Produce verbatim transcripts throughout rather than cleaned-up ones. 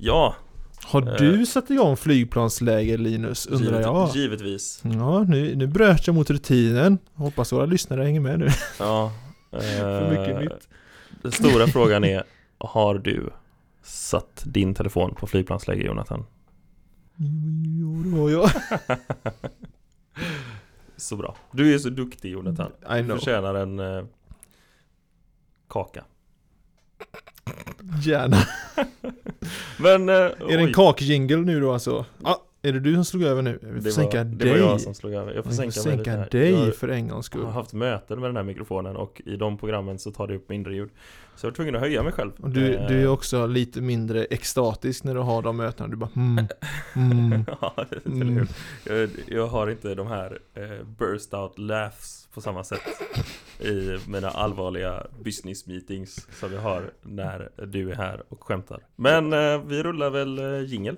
Ja. Har du satt igång flygplansläger, Linus, undrar Givet, jag? Givetvis. Ja, nu, nu bröt jag mot rutinen. Hoppas våra lyssnare hänger med nu. Ja. För mycket nytt. Den stora frågan är, har du satt din telefon på flygplansläge, Jonathan? Jo, det har jag. Så bra. Du är så duktig, Jonathan. I Du know. förtjänar en eh, kaka. Gärna. Men eh, Är det en kakjingle nu då alltså? Ja, är det du som slog över nu? Jag får det sänka var, dig. det var jag som slog över. Jag får Jag sänka, får mig lite sänka här. dig Jag för en gångs skull. har haft möten med den här mikrofonen och i de programmen så tar det upp mindre ljud. Så jag var tvungen att höja mig själv. Och du, du är också lite mindre extatisk när du har de mötena. Du bara mm, mm, Ja, eller mm. hur? Jag, jag har inte de här eh, burst out laughs på samma sätt i mina allvarliga business meetings som jag har när du är här och skämtar. Men eh, vi rullar väl eh, jingle.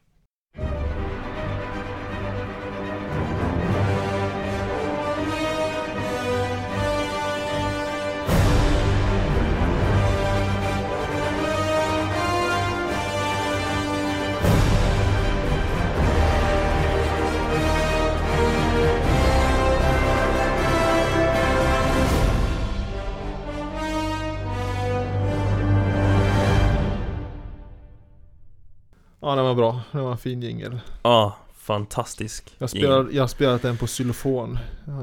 Ja, den var bra. Det var en fin jingle. Ja, fantastisk. Jag spelar, jag har spelat den på xylofon.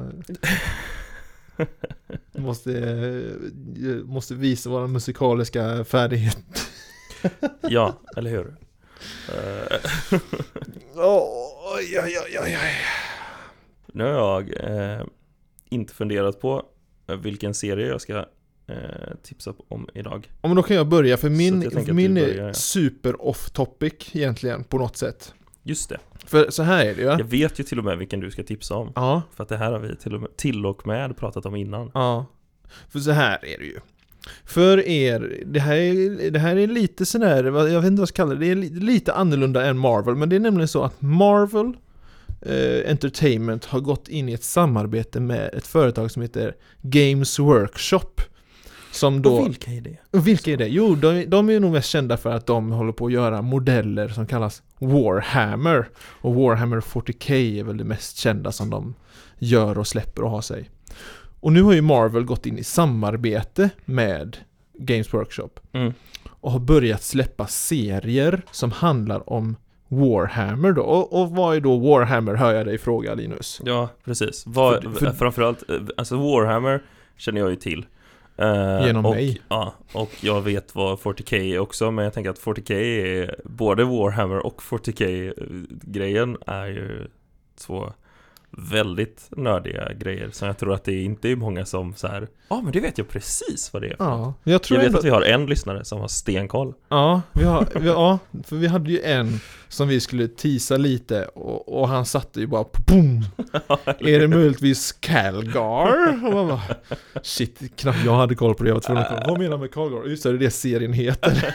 Jag måste, jag måste visa våra musikaliska färdighet. Ja, eller hur? Eh, Oj, oj, oj, oj. Nu har jag eh, inte funderat på vilken serie jag ska eh, tipsa om idag. Ja, men då kan jag börja, för Så min, att jag tänker att min du är börjar, ja. super off topic egentligen på något sätt. Just det. För så här är det ju. Jag vet ju till och med vilken du ska tipsa om. Ja, För att det här har vi till och med, till och med pratat om innan. ja. För så här är det ju. För er, det här är, det här är lite sån här, jag vet inte vad jag ska kalla det, det är li- lite annorlunda än Marvel, men det är nämligen så att Marvel eh, Entertainment har gått in i ett samarbete med ett företag som heter Games Workshop. Som då, Och vilka är det? och vilka är det? Jo, de, de är nog mest kända för att de håller på att göra modeller som kallas Warhammer. Och Warhammer fyrtio K är väl det mest kända som de gör och släpper och har sig. Och nu har ju Marvel gått in i samarbete med Games Workshop. Mm. Och har börjat släppa serier som handlar om Warhammer då. Och, och vad är då Warhammer, hör jag dig fråga, Linus? Ja, precis. Vad, För- för- framförallt, eh, alltså Warhammer känner jag ju till. Eh, Genom och, mig. Ja, och jag vet vad fyrtio K är också, men jag tänker att fyrtio K är både Warhammer och fyrtio K-grejen är ju två väldigt nördiga grejer. Så jag tror att det inte är många som så här, ja ah, men det vet jag precis vad det är för något. Ja, jag tror Jag vet ändå, att vi har en lyssnare som har stenkoll. ja, vi har, vi, ja, för vi hade ju en som vi skulle teasa lite och, och han satte ju bara på boom. Är det möjligtvis Calgar? Och man bara, shit, knappt jag hade koll på det. Jag var tvungen att kolla, vad menar med Calgar? Just det, det är det serien heter.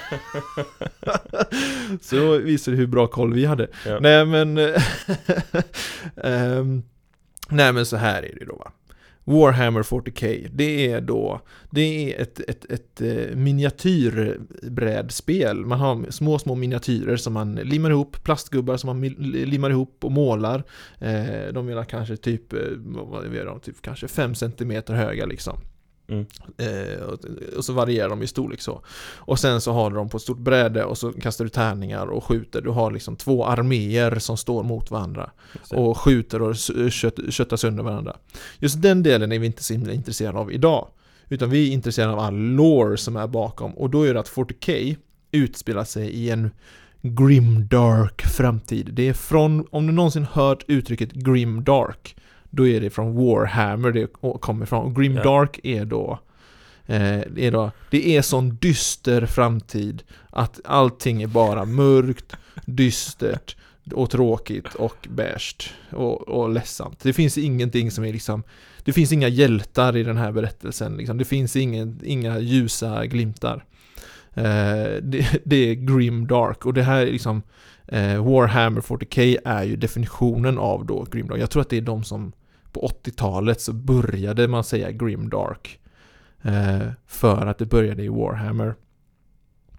Så då visade det hur bra koll vi hade. Ja. Nej men um, nej men så här är det då, va. Warhammer fyrtio K, det är då det är ett, ett, ett, ett miniatyrbrädspel. Man har små små miniatyrer som man limmar ihop, plastgubbar som man limmar ihop och målar. Eh, de är kanske typ, vad är de, typ kanske fem centimeter höga liksom. Mm. Eh, och, och så varierar de i storlek så. Och sen så har du dem på ett stort bräde och så kastar du tärningar och skjuter. Du har liksom två arméer som står mot varandra och skjuter och kött, köttar sönder varandra. Just den delen är vi inte så intresserade av idag, utan vi är intresserade av all lore som är bakom. Och då är det att fyrtio K utspelar sig i en grimdark framtid. Det är från, om du någonsin hört uttrycket grimdark, då är det från Warhammer det kommer ifrån. Och Grimdark yeah. är då eh, är då det är sån dyster framtid att allting är bara mörkt, dystert och tråkigt och beige och, och ledsamt. Det finns ingenting som är liksom, det finns inga hjältar i den här berättelsen liksom. Det finns ingen, inga ljusa glimtar. Eh, det, det är Grimdark, och det här är liksom eh, Warhammer fyrtio K är ju definitionen av då Grimdark. Jag tror att det är de som på åttiotalet så började man säga Grimdark eh, för att det började i Warhammer.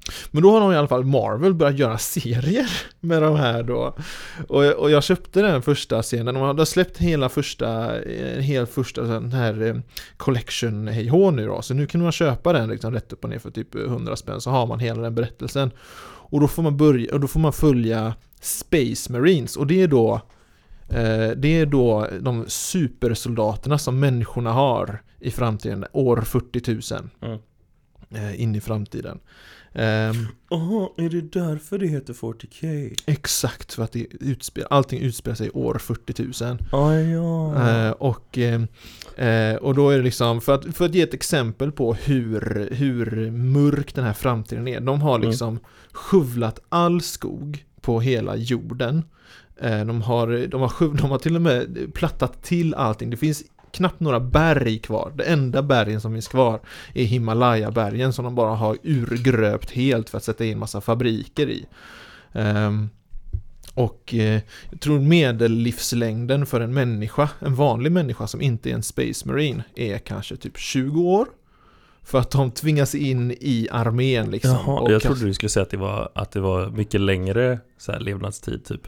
Men då har de i alla fall Marvel börjat göra serier med de här då. Och, och jag köpte den första scenen. De hade släppt hela första, hela första den här collection hej hå nu då. Så nu kan man köpa den liksom rätt upp och ner för typ hundra spänn. Så har man hela den berättelsen. Och då får man börja, och då får man följa Space Marines. Och det är då eh, det är då de supersoldaterna som människorna har i framtiden. År fyrtio tusen. Mm. Eh, in i framtiden. Um, oh, är det därför det heter fyrtio K? Exakt, för att det utspel, allting utspelar sig år fyrtio tusen. Oh, ja. uh, och, uh, och då är det liksom, för att, för att ge ett exempel på hur, hur mörk den här framtiden är. De har liksom mm. skövlat all skog på hela jorden. Uh, de, har, de, har sköv, de har till och med plattat till allting. Det finns knappt några berg kvar. Det enda bergen som finns kvar är Himalaya-bergen som de bara har urgröpt helt för att sätta in massa fabriker i. Um, och eh, jag tror medellivslängden för en människa, en vanlig människa som inte är en Space Marine, är kanske typ tjugo år. För att de tvingas in i armén liksom. Jaha, och jag trodde du skulle säga att det var, att det var mycket längre så här, levnadstid typ.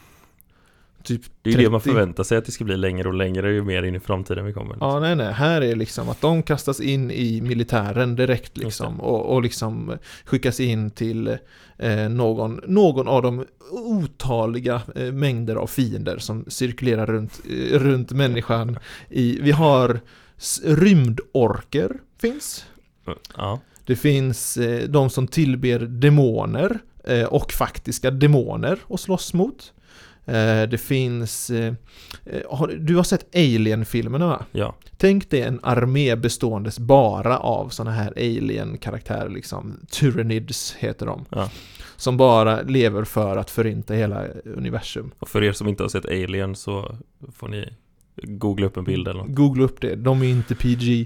Typ det är ju det man förväntar sig, att det ska bli längre och längre ju mer in i framtiden vi kommer. Liksom. Ja, nej, nej. Här är liksom att de kastas in i militären direkt liksom. Och, och liksom skickas in till eh, någon, någon av de otaliga eh, mängder av fiender som cirkulerar runt, eh, runt människan. I, vi har s- rymdorker finns. Ja. Det finns eh, de som tillber demoner eh, och faktiska demoner att slåss mot. Uh, det finns uh, har, du har sett Alien-filmerna, va? Ja. Tänk dig en armé beståendes bara av såna här alien-karaktärer liksom. Tyranids heter de. Ja. Som bara lever för att förinta hela universum. Och för er som inte har sett Alien så får ni googla upp en bild eller något. Googla upp det, de är inte P G.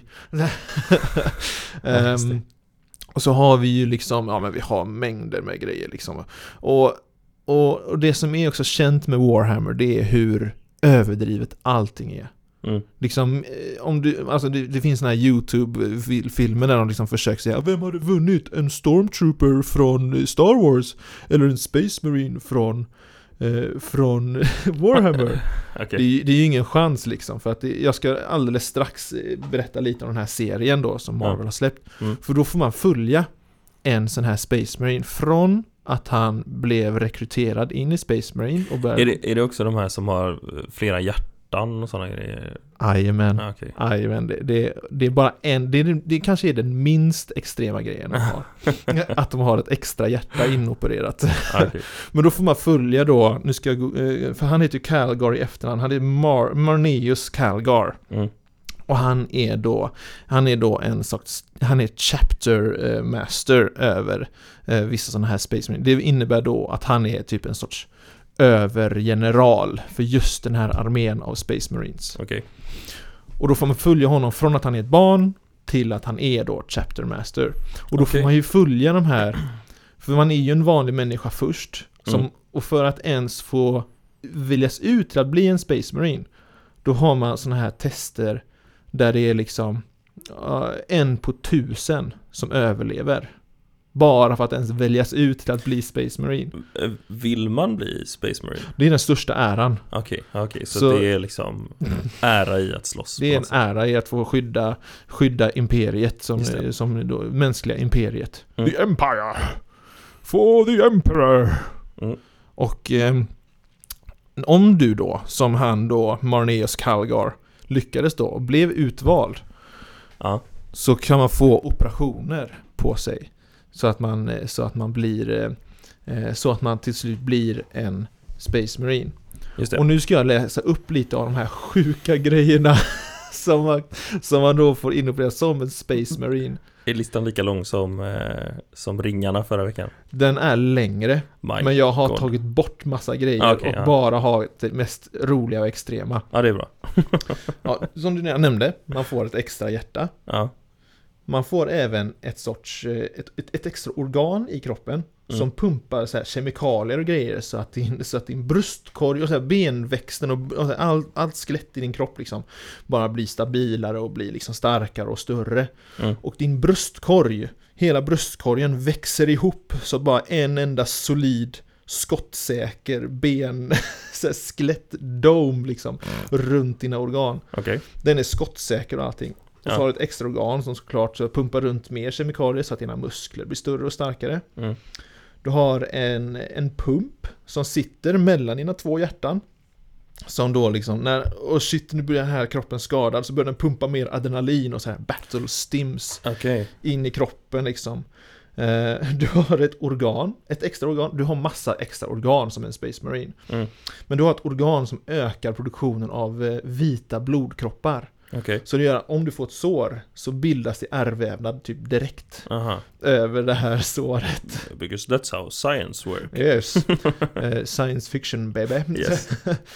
um, och så har vi ju liksom, ja men vi har mängder med grejer liksom. Och Och, och det som är också känt med Warhammer, det är hur överdrivet allting är. Mm. Liksom, om du, alltså det, det finns såna här YouTube-filmer där de liksom försöker säga, vem hade vunnit? En Stormtrooper från Star Wars eller en Space Marine från eh, från Warhammer? Okay. det, det är ju ingen chans liksom, för att det, jag ska alldeles strax berätta lite om den här serien då som Marvel mm. har släppt. Mm. För då får man följa en sån här Space Marine från att han blev rekryterad in i Space Marine och började... Är det, är det också de här som har flera hjärtan och sådana grejer? Jajamän. Ah, okay. Jajamän. Det, det, det är bara en... Det, det kanske är den minst extrema grejen de har. Att de har ett extra hjärta inopererat. Ah, okay. Men då får man följa då... Nu ska jag, för han heter ju Calgar i efternamn. Han är Mar, Marneus Calgar. Mm. Och han är då han är då en sorts han är chapter eh, master över eh, vissa sådana här Space Marine. Det innebär då att han är typ en sorts övergeneral för just den här armén av Space Marines. Okej. Okay. Och då får man följa honom från att han är ett barn till att han är då chapter master. Och då okay. får man ju följa de här, för man är ju en vanlig människa först som, mm. och för att ens få väljas ut till att bli en Space Marine, då har man såna här tester där det är liksom uh, en på tusen som överlever. Bara för att ens väljas ut till att bli Space Marine. Vill man bli Space Marine? Det är den största äran. Okej, okay, okay, så, så det är liksom ära i att slåss. Det är en ära i att få skydda, skydda imperiet som, som då, mänskliga imperiet. Mm. The Empire! For the Emperor! Mm. Och eh, om du då, som han då, Marneus Calgar, lyckades då och blev utvald, ja. så kan man få operationer på sig så att man, så att man blir eh, så att man till slut blir en Space Marine. Just det. Och nu ska jag läsa upp lite av de här sjuka grejerna som man, som man då får inoperera som en Space Marine. Är listan lika lång som, eh, som ringarna förra veckan? Den är längre, My men jag har God. tagit bort massa grejer okay, och ja. bara har det mest roliga och extrema. Ja, det är bra. Ja, som du nämnde, man får ett extra hjärta. Ja. Man får även ett sorts ett, ett, ett extra organ i kroppen mm. som pumpar så här kemikalier och grejer så att din, så att din bröstkorg och så här benväxten och, och så här, all, allt skelett i din kropp liksom bara blir stabilare och blir liksom starkare och större. Mm. Och din bröstkorg hela bröstkorgen växer ihop så att bara en enda solid skottsäker ben så här skelettdome liksom runt dina organ. Okay. Den är skottsäker och allting. Och så Ja. har du ett extra organ som såklart så pumpar runt mer kemikalier så att dina muskler blir större och starkare. Mm. Du har en, en pump som sitter mellan dina två hjärtan. Som då liksom, när, och shit, nu börjar den här kroppen skadad, så börjar den pumpa mer adrenalin och så här battle stims Okay. in i kroppen liksom. Eh, du har ett organ, ett extra organ, du har massa extra organ som en Space Marine. Mm. Men du har ett organ som ökar produktionen av eh, vita blodkroppar. Okay. Så det gör att om du får ett sår så bildas det ärrvävnad typ direkt Aha. över det här såret. Because that's how science works. Yes. uh, science fiction baby. Yes.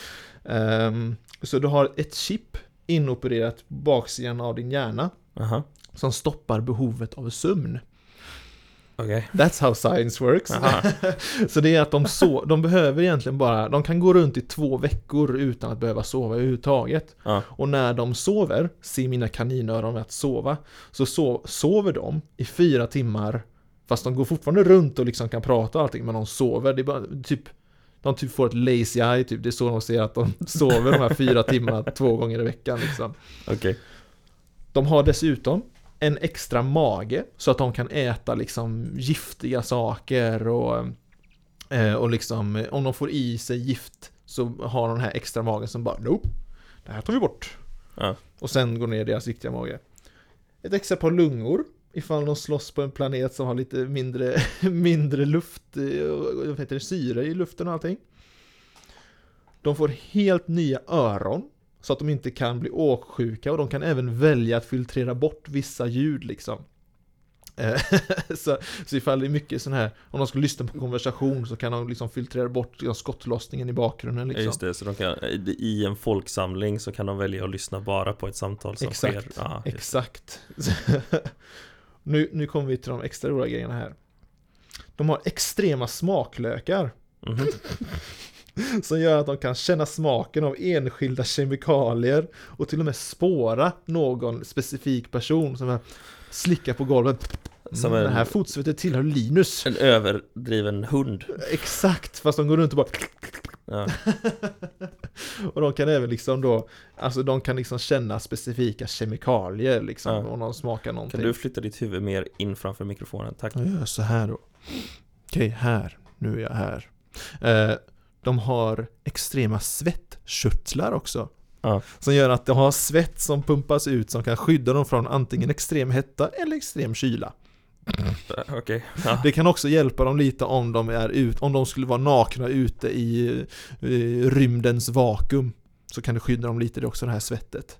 um, så du har ett chip inopererat på baksidan av din hjärna Aha. som stoppar behovet av sömn. Okay. That's how science works. Så det är att de, so- de behöver egentligen bara, de kan gå runt i två veckor utan att behöva sova överhuvudtaget. Ja. Och när de sover, ser mina kaninöron att sova, så so- sover de i fyra timmar, fast de går fortfarande runt och liksom kan prata och allting, men de sover, det är bara typ, de typ får ett lazy eye, typ. Det är så de ser att de sover de här fyra timmarna två gånger i veckan liksom. Okay. De har dessutom en extra mage så att de kan äta liksom giftiga saker och, eh, och liksom om de får i sig gift så har de den här extra magen som bara nope, det här tar vi bort. Ja. Och sen går ner deras riktiga mage. Ett extra par lungor ifall de slåss på en planet som har lite mindre, mindre luft, vad heter det, syre i luften och allting. De får helt nya öron så att de inte kan bli åksjuka, och de kan även välja att filtrera bort vissa ljud liksom. så, så ifall det är mycket sån här, om de ska lyssna på konversation så kan de liksom filtrera bort liksom, skottlossningen i bakgrunden liksom. Ja, just det, så de kan, i en folksamling så kan de välja att lyssna bara på ett samtal som Exakt, sker. Ah, exakt. nu, nu kommer vi till de extra roliga grejerna här. De har extrema smaklökar. Mm-hmm. Som gör att de kan känna smaken av enskilda kemikalier och till och med spåra någon specifik person som slickar på golvet. Som mm, en, det här fotsvettet tillhör Linus. En överdriven hund. Exakt, fast de går runt och bara ja. Och de kan även liksom då, alltså de kan liksom känna specifika kemikalier liksom, ja. om de smakar någonting. Kan du flytta ditt huvud mer in framför mikrofonen? Tack. Jag gör så här då. Okej, här. Nu är jag här. Eh, de har extrema svettkörtlar också. Ja. Som gör att de har svett som pumpas ut som kan skydda dem från antingen extrem hetta eller extrem kyla. Okay. Ja. Det kan också hjälpa dem lite om de är ut, om de skulle vara nakna ute i, i rymdens vakuum, så kan det skydda dem lite, det är också det här svettet.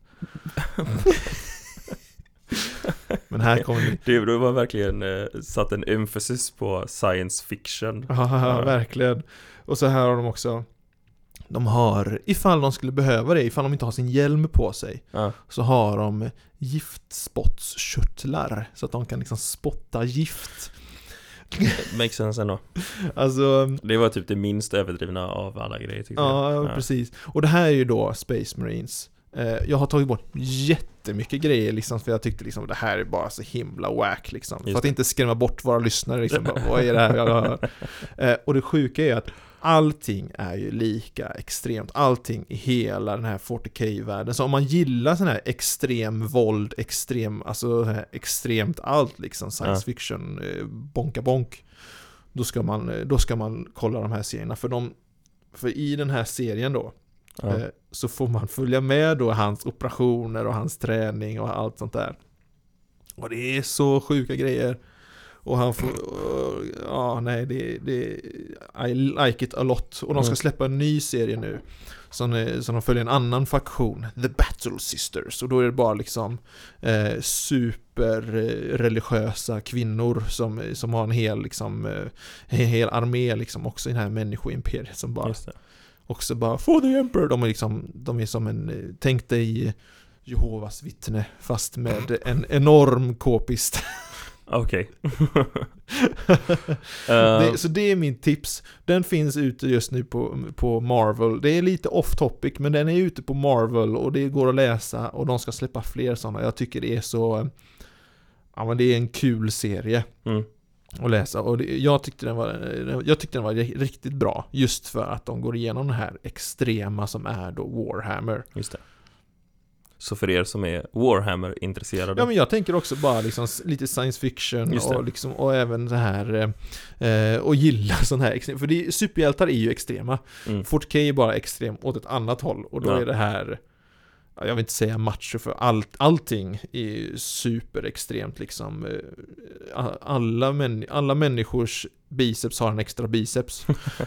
Men här kommer vi. Det, det var verkligen eh, satt en emphasis på science fiction. Ja, ja, verkligen. Och så här har de också, de har, ifall de skulle behöva det, ifall de inte har sin hjälm på sig, ja. så har de giftspottkörtlar så att de kan liksom spotta gift. Makes sense ändå. Alltså, det var typ det minst överdrivna av alla grejer, tycker ja, jag. Ja, precis. Och det här är ju då Space Marines. Jag har tagit bort jättemycket grejer liksom, för jag tyckte liksom det här är bara så himla whack liksom. Just för att inte skrämma bort våra lyssnare liksom. Bara, vad är det här jag hör? Och det sjuka är att allting är ju lika extremt. Allting i hela den här forty K-världen. Så om man gillar sån här extrem våld, extrem, alltså här extremt allt liksom, science ja. fiction, bonka bonk, då ska man, då ska man kolla de här serierna. För de, för i den här serien då, ja. så får man följa med då hans operationer och hans träning och allt sånt där. Och det är så sjuka grejer. Och han får, ja nej, det, det I like it a lot. Och de ska släppa en ny serie nu som, som de följer en annan faktion, The Battle Sisters. Och då är det bara liksom eh, superreligiösa kvinnor som, som har en hel liksom, eh, en hel armé liksom också i den här människoimperiet som bara också bara for the emperor. De är liksom, de är som en, tänk dig Jehovas vittne fast med en enorm k-pist. Okej. Okay. Så det är min tips. Den finns ute just nu på, på Marvel. Det är lite off topic, men den är ute på Marvel och det går att läsa och de ska släppa fler sådana. Jag tycker det är så, ja, men det är en kul serie Mm. att läsa. Och det, jag, tyckte den var, jag tyckte den var riktigt bra. Just för att de går igenom det här extrema som är då Warhammer. Just det. Så för er som är Warhammer-intresserade. Ja, men jag tänker också bara liksom lite science fiction och, liksom, och även det här eh, och gilla sån här extrem. För det, superhjältar är ju extrema. Mm. forty K är bara extrem åt ett annat håll. Och då Ja. är det här, jag vill inte säga macho, för allt, allting är superextremt liksom. Alla, män, alla människors biceps har en extra biceps.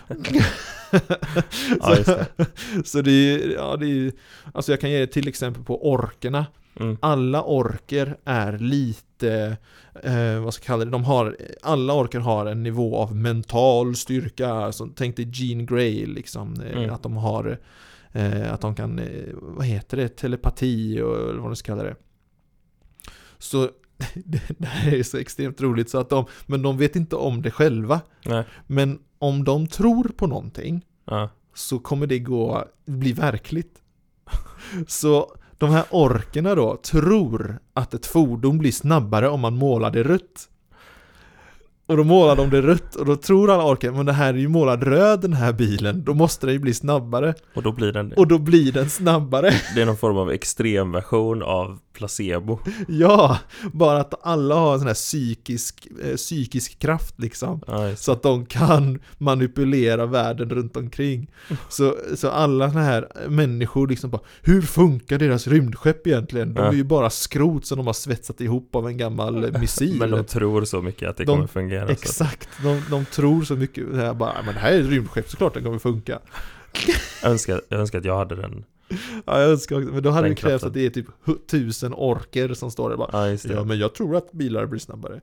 Ja, just det. Så det är, ja, det är, alltså jag kan ge ett till exempel på orkerna. Mm. Alla orker är lite, eh, vad ska jag kalla det, de har, alla orker har en nivå av mental styrka. Alltså, tänk dig Jean Grey liksom, eh, Mm. att de har eh, att de kan, eh, vad heter det, telepati och vad man ska kalla det. Så det här är så extremt roligt så att de, men de vet inte om det själva. Nej. Men om de tror på någonting Ja. så kommer det gå, bli verkligt. Så de här orkerna då tror att ett fordon blir snabbare om man målar det rött. Och då målar de det rött och då tror alla orker, men det här är ju målad röd den här bilen, då måste den ju bli snabbare. Och då blir den Och då blir den snabbare. Det är någon form av extremversion av placebo. Ja, bara att alla har en sån här psykisk, eh, psykisk kraft liksom. Ja, just det. Så att de kan manipulera världen runt omkring. Så, så alla såna här människor liksom bara, hur funkar deras rymdskepp egentligen? De Ja. är ju bara skrot som de har svetsat ihop av en gammal missil. Men de tror så mycket att det De- kommer fungera. Så. Exakt, de, de tror så mycket så här bara, men det här är ett rymdskepp, såklart den kommer funka. Jag önskar, jag önskar att jag hade den. Ja, jag önskar också, men då hade Den det krävts kraften. att det är typ hu- tusen orker som står där bara, Ja, just det. ja men jag tror att bilar blir snabbare.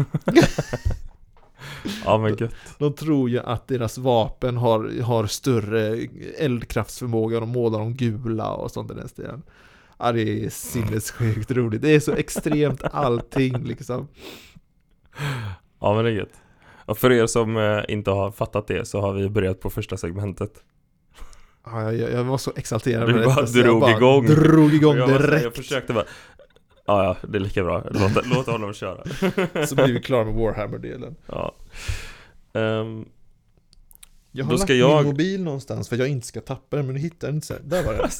Ja, men gud. De tror ju att deras vapen har, har större eldkraftsförmåga och de målar dem gula och sånt i den stilen. Ja, det är sinnessjukt roligt. Det är så extremt allting liksom. Ja, men det är gött. Och för er som eh, inte har fattat det så har vi börjat på första segmentet. Ja, jag, jag var så exalterad Du med bara detta, så jag drog bara igång. drog igång jag, var så här, direkt. jag försökte bara, ja, ja, det är lika bra. Låt, låt honom köra. Så blev vi klara med Warhammer-delen. Ja. Ehm, Jag har Då lagt ska jag- min mobil någonstans för att jag inte ska tappa den, men nu hittar jag den inte. Så här. Där var den.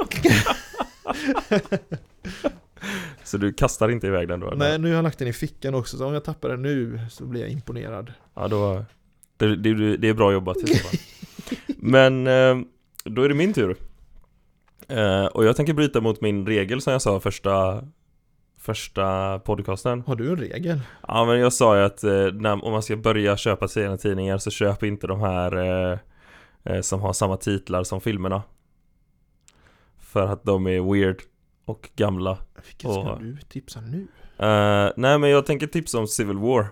så du kastar inte iväg den då? eller? Nej, nu har jag lagt den i fickan också, så om jag tappar den nu så blir jag imponerad. Ja, då, det, det, det är bra jobbat i så fall. Men eh, då är det min tur. Eh, och jag tänker bryta mot min regel som jag sa första, första podcasten. Har du en regel? Ja, men jag sa ju att eh, när, om man ska börja köpa sina tidningar så köp inte de här eh, eh, som har samma titlar som filmerna. För att de är weird och gamla. Vilken ska Och- du tipsa nu? Eh, nej, men jag tänker tipsa om Civil War.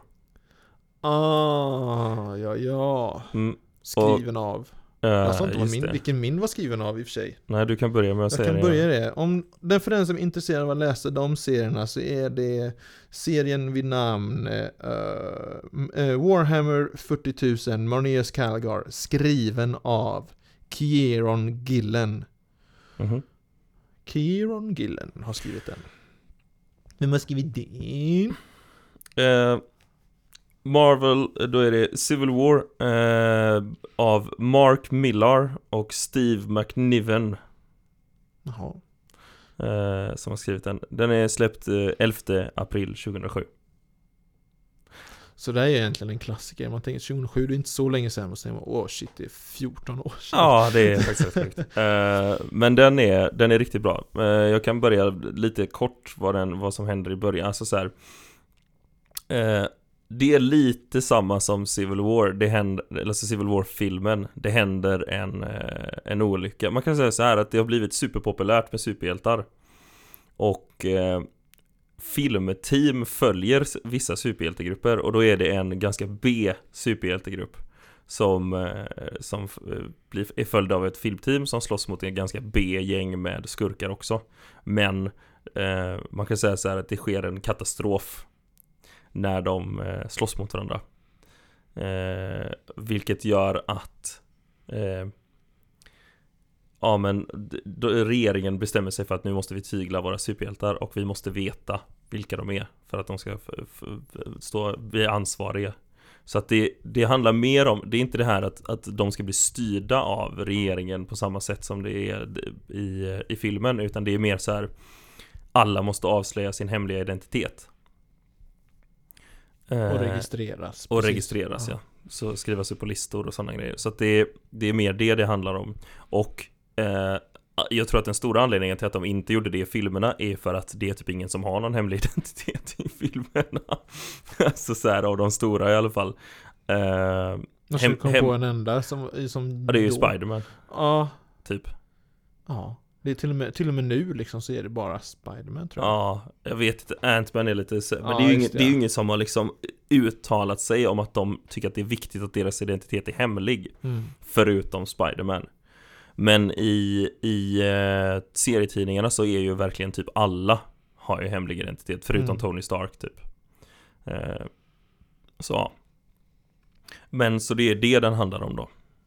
Ah, ja, ja. Mm, Skriven av. eh, Jag sa inte vad just min, det. vilken min var skriven av i och för sig. Nej, du kan börja med att Jag säga kan det. börja det. Om den för den som är intresserad av att läsa de serierna så är det serien vid namn eh, eh, Warhammer fyrtio tusen Marneus Calgar, skriven av Kieron Gillen. Mhm. Kieron Gillen har skrivit den. Vem har skrivit det? Eh, Marvel, då är det Civil War eh, av Mark Millar och Steve McNiven Jaha. eh, som har skrivit den. Den är släppt eh, elfte april tjugohundrasju. Så det är egentligen en klassiker. Man tänker tjugohundrasju, det är inte så länge sedan. Och säger man, åh shit, det är fjorton år sedan. Ja, det är faktiskt rätt sjukt. Eh, men den är, den är riktigt bra. Eh, jag kan börja lite kort vad, den, vad som händer i början. Alltså så här, eh, det är lite samma som Civil War. Det händer, alltså Civil War-filmen. Det händer en, eh, en olycka. Man kan säga så här att det har blivit superpopulärt med superhjältar. Och eh, filmteam följer vissa superhjältegrupper. Och då är det en ganska B-superhjältegrupp. Som, eh, som eh, blir, är följd av ett filmteam som slåss mot en ganska B-gäng med skurkar också. Men eh, man kan säga så här att det sker en katastrof när de eh, slåss mot varandra. Eh, vilket gör att eh, ja, men d- då regeringen bestämmer sig för att nu måste vi tygla våra superhjältar och vi måste veta vilka de är för att de ska f- f- stå bli ansvariga. Så att det, det handlar mer om, det är inte det här att, att de ska bli styrda av regeringen på samma sätt som det är i, i filmen, utan det är mer så här, alla måste avslöja sin hemliga identitet. Och registreras. Och registreras, ja. ja. Så skrivas upp på listor och sådana grejer. Så att det, det är mer det det handlar om. Och eh, jag tror att den stora anledningen till att de inte gjorde det i filmerna är för att det är typ ingen som har någon hemlig identitet i filmerna. Alltså så här, av de stora i alla fall. Eh, Jag skulle komma på en enda som... som ja, det är ju då. Spider-Man. Ja. Typ. Ja. Det är till och med, till och med nu liksom så är det bara Spider-Man, tror jag. Ja, jag vet inte. Ant-Man är lite... Men ja, det är ju ingen, det. det är ju ingen som har liksom uttalat sig om att de tycker att det är viktigt att deras identitet är hemlig. Mm. Förutom Spider-Man. Men i, i eh, serietidningarna så är ju verkligen typ alla har ju hemlig identitet. Förutom mm. Tony Stark typ. Eh, så. Men så det är det den handlar om då.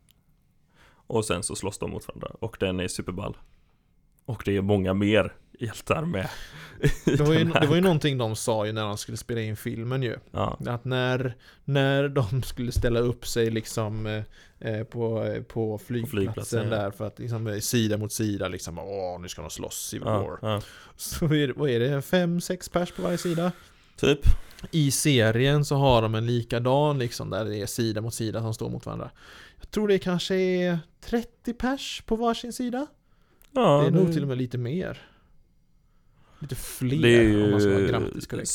Och sen så slåss de mot varandra. Och den är superball. Och det är många mer hjältar med. Det var, ju, det var ju någonting de sa ju när de skulle spela in filmen ju. Ja. Att när, när de skulle ställa upp sig liksom eh, på, på flygplatsen, flygplatsen, där ja. för att liksom sida mot sida liksom, åh nu ska de slåss Civil Ja, War. ja. Så är det, vad är det, fem, sex pers på varje sida? Typ. I serien så har de en likadan liksom, där det är sida mot sida som står mot varandra. Jag tror det kanske är trettio pers på varsin sida. Ja, det är det... nog till och med lite mer. Lite fler, det är ju om man ska vara grammatiskt korrekt.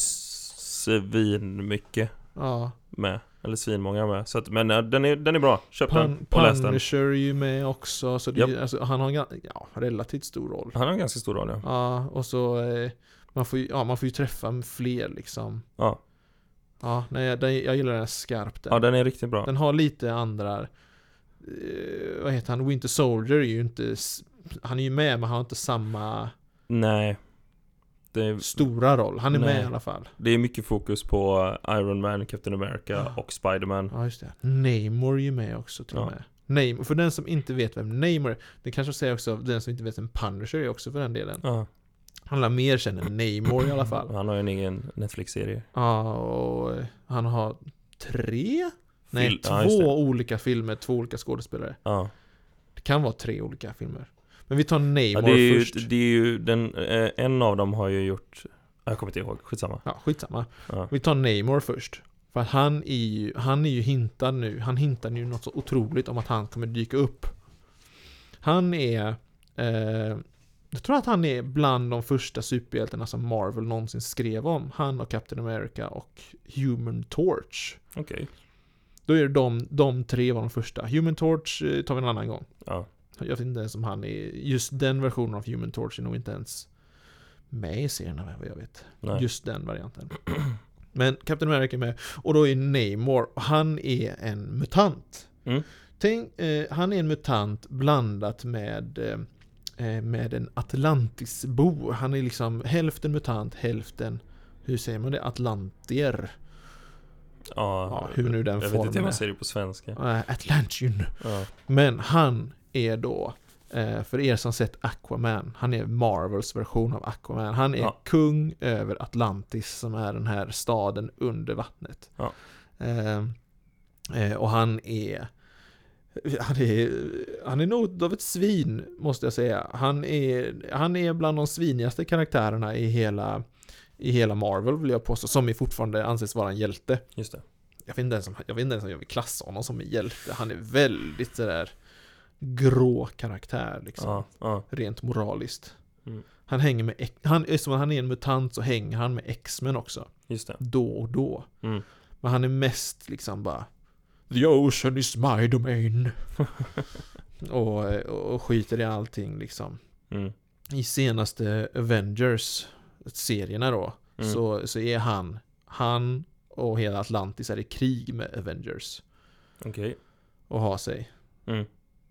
svin mycket Ja. med. Eller svin många med. Så att, men äh, den, är, den är bra. Köp Pun- den och läs den. Punisher är ju med också. Så det, Japp. alltså, han har en ja, relativt stor roll. Han har en ganska stor roll, ja. Ja, och så eh, man, får ju, ja, man får ju träffa fler liksom. Ja, Ja, nej, den, jag gillar den skarpt där. ja den är riktigt bra. Den har lite andra... Eh, vad heter han? Winter Soldier är ju inte... Han är ju med, men han har inte samma... Nej. Det är, stora roll. Han är Nej. med i alla fall. det är mycket fokus på Iron Man, Captain America Ja. och Spider-Man. Ja, just det. Namor är ju med också till och Ja. med. Namor, för den som inte vet vem Namor är, det kanske säger också den som inte vet vem Punisher är också för den delen. Ja. Han har mer känner Namor i alla fall. Han har ju en egen Netflix-serie. Ja, och han har tre? Nej, Fil- två ja, just det. olika filmer, två olika skådespelare. Ja. Det kan vara tre olika filmer. Men vi tar Namor Ja, det är ju, först. det är ju den, eh, en av dem har ju gjort, jag kommer inte ihåg, skitsamma. Ja, skitsamma. Ja. Vi tar Namor först. För att han är ju, han är ju hintad nu. Han hintar ju något så otroligt om att han kommer dyka upp. Han är... Eh, jag tror att han är bland de första superhjältarna som Marvel någonsin skrev om. Han och Captain America och Human Torch. Okej. Okay. Då är det de, de tre var de första. Human Torch eh, tar vi en annan gång. Ja. Jag vet inte ens om han är... Just den versionen av Human Torch är nog inte ens med i serien, vad jag vet. Nej. Just den varianten. Men Captain America är med. Och då är Namor. Han är en mutant. Mm. Tänk, eh, han är en mutant blandat med, eh, med en Atlantisbo. Han är liksom hälften mutant, hälften, hur säger man det? Atlantier. Ja, Ja, hur nu den jag vet formen inte hur man är. säger det på svenska. Eh, Atlantian. Ja. Men han är då, eh, för er som sett Aquaman, han är Marvels version av Aquaman. Han är Ja. kung över Atlantis, som är den här staden under vattnet. Ja. Eh, eh, och han är han är han är något av ett svin, måste jag säga. Han är han är bland de svinigaste karaktärerna i hela i hela Marvel, vill jag påstå, som är fortfarande anses vara en hjälte. Just det. Jag vet inte ens om jag vet inte ens om jag vill klassa honom som en hjälte. Han är väldigt sådär grå karaktär liksom. Ja, ja. Rent moraliskt. Mm. Han hänger med han är som han är en mutant, så hänger han med X-Men också. Just det. Då och då. Mm. Men han är mest liksom bara The ocean is my domain. och, och skiter i allting liksom. Mm. I senaste Avengers serierna då, Mm. så, så är han han och hela Atlantis är i krig med Avengers. Okej. Okay. Och ha sig. Mm.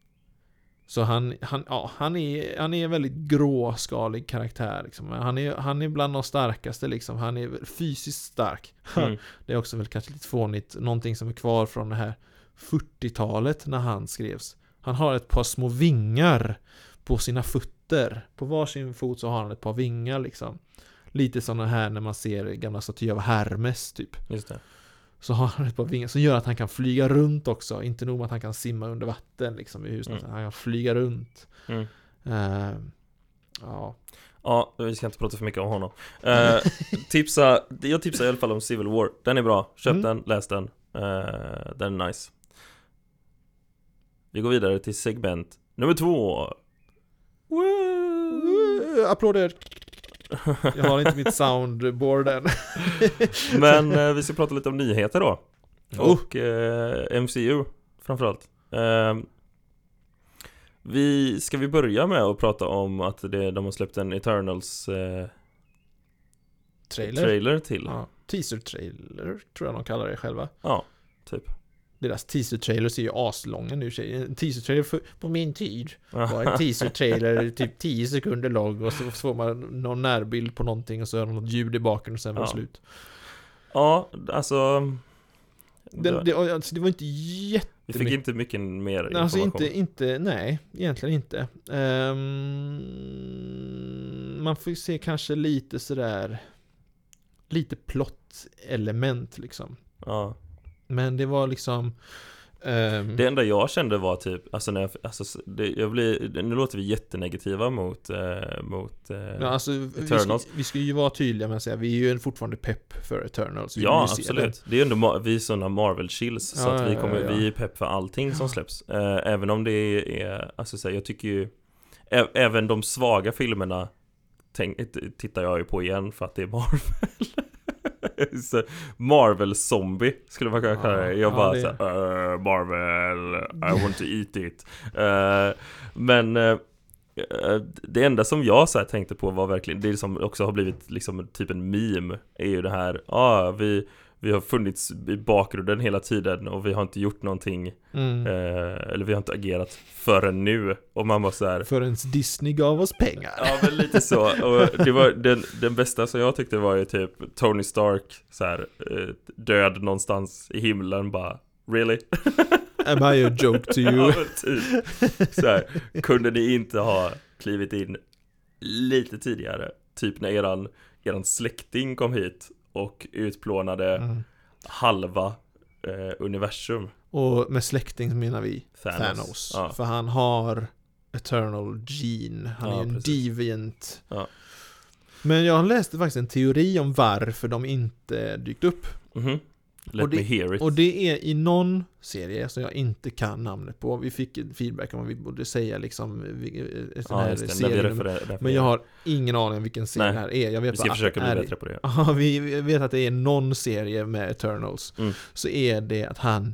Så han, han, ja, han är han är en väldigt gråskalig karaktär liksom. Han är han är bland de starkaste liksom. Han är fysiskt stark. Mm. Det är också väl kanske lite fånigt, någonting som är kvar från det här fyrtiotalet när han skrevs. Han har ett par små vingar på sina fötter. På varsin fot så har han ett par vingar liksom. lite sådana här när man ser gamla statyer av Hermes typ. Just det. Så har han ett par vingar som gör att han kan flyga runt också. Inte nog med att han kan simma under vatten liksom i huset. Mm. Han kan flyga runt. Mm. Uh, ja. Ja, vi ska inte prata för mycket om honom. Uh, tipsa, jag tipsar i alla fall om Civil War. Den är bra. Köp mm. den, läs den. Uh, den är nice. Vi går vidare till segment nummer två. Woo! Applåder. Jag har inte mitt soundboard än. Men uh, vi ska prata lite om nyheter då. Oh. Och uh, M C U framförallt. Uh, vi, ska vi börja med att prata om att det, de har släppt en Eternals uh, trailer. trailer till. Ja. Teaser-trailer tror jag de kallar det själva. Ja, typ. Deras teaser-trailers är ju aslånga nu. En teaser-trailer för, på min tid var en teaser-trailer typ tio sekunder lång och så får man någon närbild på någonting och så har de något ljud i bakgrunden och sen var det ja. slut. Ja, alltså... Den, det, alltså det var inte jättemycket. Vi fick inte mycket mer information. Alltså inte, inte, nej, egentligen inte. Um, man får se kanske lite sådär, lite plott-element liksom. Ja. Men det var liksom um... det enda jag kände var typ alltså när jag, alltså det, jag blir, nu låter vi jättenegativa mot eh, mot eh, ja, alltså, Eternals. Vi ska, vi ska ju vara tydliga med att säga vi är ju fortfarande pepp för Eternals. Vi ja, absolut. Det är ändå vi är såna Marvel chills ja, så att vi kommer ja, ja. vi är pepp för allting som släpps. Eh, även om det är alltså så här, jag tycker ju ä, även de svaga filmerna tänk, tittar jag ju på igen för att det är Marvel. Marvel-zombie skulle man kunna kalla det. Jag bara ja, det... så här, uh, Marvel, I want to eat it. Uh, men uh, det enda som jag så här tänkte på var verkligen, det som också har blivit liksom typ en meme, är ju det här, ja ah, vi vi har funnits i bakgrunden hela tiden och vi har inte gjort någonting mm. eh, eller vi har inte agerat förrän nu och man var så här förrän Disney gav oss pengar. Ja, men lite så. Och det var den, den bästa som jag tyckte var ju typ Tony Stark så här eh, död någonstans i himlen bara really? Am I a joke to you? Ja, typ. Så här, kunde ni inte ha klivit in lite tidigare? Typ när eran, eran släkting kom hit och utplånade mm. halva eh, universum. Och med släkting menar vi Thanos. Thanos. Ja. För han har Eternal Gene. Han ja, är en precis. deviant. Ja. Men jag läste faktiskt en teori om varför de inte dykt upp. Mm-hmm. Let och, det, me hear it. och det är i någon serie som jag inte kan namnet på. Vi fick feedback om vad vi borde säga liksom ett ja, här just det, serien. Referer, men jag har ingen aning om vilken serie det här är. Jag vet vi ska försöka bli är, bättre på det. Ja, vi vet att det är någon serie med Eternals. Mm. Så är det att han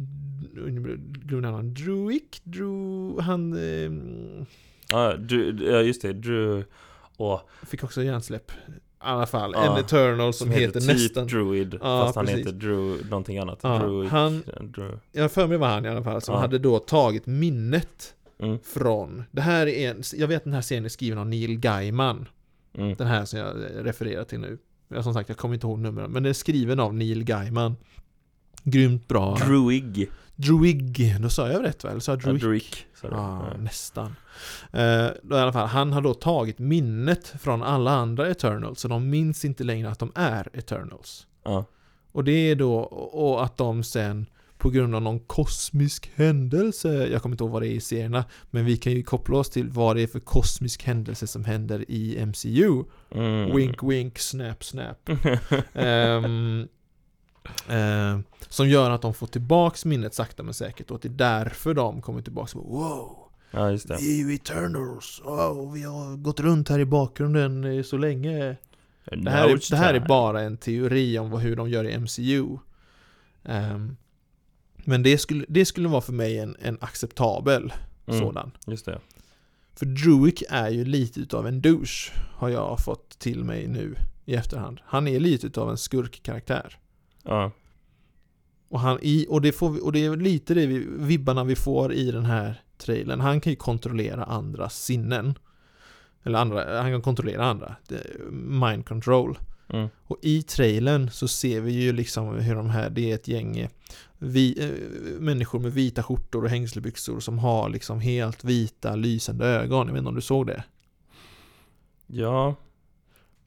han Druick, Drew, han eh, ja, Drew, ja, just det, Drew och fick också hjärnsläpp. I alla fall, ja, en Eternal som, som heter, heter typ nästan Druid, ja, fast han precis. heter Drew någonting annat. Ja, Druid, han, Drew. Jag för mig var han i alla fall som ja. hade då tagit minnet mm. från, det här är en, jag vet att den här serien är skriven av Neil Gaiman. Mm. Den här som jag refererar till nu. Jag, som sagt, jag kommer inte ihåg numren, men den är skriven av Neil Gaiman. Grymt bra. Druig. Druig, då sa jag rätt väl? Så jag Druig. Ja, Druig. Ah, ja. Nästan. Eh, då i alla fall, han har då tagit minnet från alla andra Eternals, så de minns inte längre att de är Eternals. Ja. Och det är då, och att de sen på grund av någon kosmisk händelse, jag kommer inte ihåg vad det är i serierna, men vi kan ju koppla oss till vad det är för kosmisk händelse som händer i M C U. Mm. Wink, wink, snap, snap. um, uh, som gör att de får tillbaks minnet sakta men säkert, och det är därför de kommer tillbaks och wow, ja, just det. Vi är ju Eternals, wow, vi har gått runt här i bakgrunden så länge. Det här, är, det här är bara en teori om vad, hur de gör i M C U. Um, men det skulle, det skulle vara för mig en, en acceptabel mm, sådan. Just det. För Druig är ju lite utav en douche, har jag fått till mig nu i efterhand. Han är lite utav en skurkkaraktär. Ja. Och, han i, och, det får vi, och det är lite det vi, vibbarna vi får i den här trailern. Han kan ju kontrollera andras sinnen. Eller andra, han kan kontrollera andra. Mind control. Mm. Och i trailern så ser vi ju liksom hur de här, det är ett gäng vi, äh, människor med vita skjortor och hängslebyxor som har liksom helt vita lysande ögon. Jag vet inte om du såg det? Ja.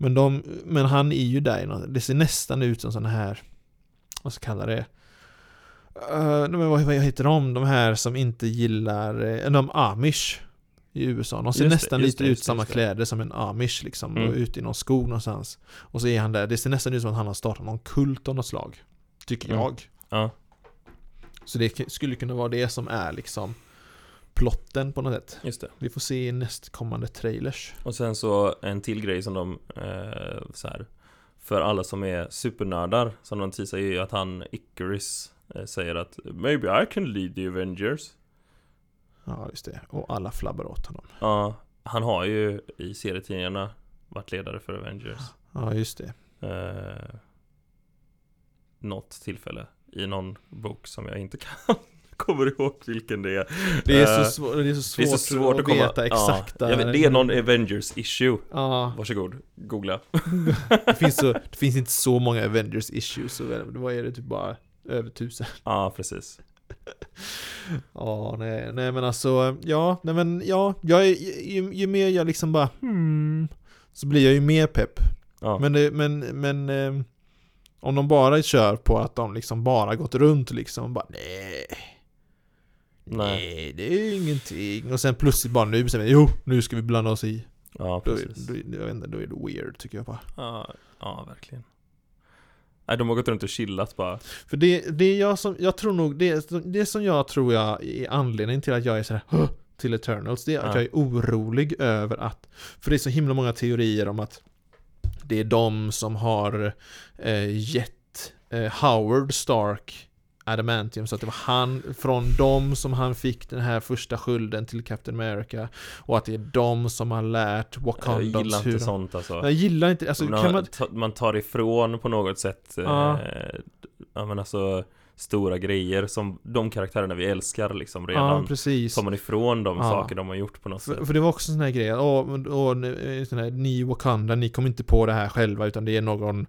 Men, de, men han är ju där i något, det ser nästan ut som sån här, vad ska jag kalla det? Uh, men vad, vad heter de? De här som inte gillar, uh, de Amish i U S A. De ser Just nästan det, lite det, ut det, samma det. kläder som en Amish liksom, Mm. och ute i någon skog någonstans. Och så är han där, det ser nästan ut som att han har startat någon kult av något slag. Tycker Mm. jag. Ja, Så det skulle kunna vara det som är liksom plotten på något sätt. just det. Vi får se i nästkommande trailers. Och sen så en till grej som de eh, så här, för alla som är supernördar, som de teasar ju att han Icarus eh, säger att maybe I can lead the Avengers. Ja, just det. Och alla flabbar åt honom. Ja, han har ju i serietidningarna varit ledare för Avengers. Ja, just det. Eh, något tillfälle i någon bok som jag inte kan kommer ihåg vilken det är. Det är Eh, så, svår, det är så svårt, det är så svårt att, att komma veta exakt. Ja, jag vet, det är någon Avengers issue. Ja, Varsågod, googla. det finns, så, det finns inte så många Avengers issues. Så det var är det typ bara över tusen. Ja, precis. Ja, nej, nej men alltså, ja, nej men ja, jag är, ju, ju mer jag liksom bara hmm, så blir jag ju mer pepp. Ja. Men, det, men, men eh, om de bara kör på att de liksom bara gått runt liksom bara nej, Nej. nej, det är ingenting. Och sen plötsligt bara nu säger vi, jo, nu ska vi blanda oss i. Ja, Då är, precis. då, jag vet inte, då är det weird tycker jag bara. Ja, ja, verkligen. Nej, de har gått runt och chillat bara. För det, det jag som, jag tror nog, det, det som jag tror jag är anledningen till att jag är så här "Hå!" till Eternals, det är att Ja. jag är orolig över att, för det är så himla många teorier om att det är de som har eh, gett eh, Howard Stark adamantium, så att det var han, från dem som han fick den här första skölden till Captain America, och att det är de som har lärt Jag Wakandans gillar hur inte de, sånt alltså. jag gillar inte, alltså man, kan man, ta, man tar ifrån på något sätt Ja. eh, ja, men alltså stora grejer som de karaktärerna vi älskar liksom ja redan. precis. Tar man ifrån de Ja. saker de har gjort på något För, sätt. för det var också en sån här grej, och, och, och sån här, ni Wakanda, ni kom inte på det här själva, utan det är någon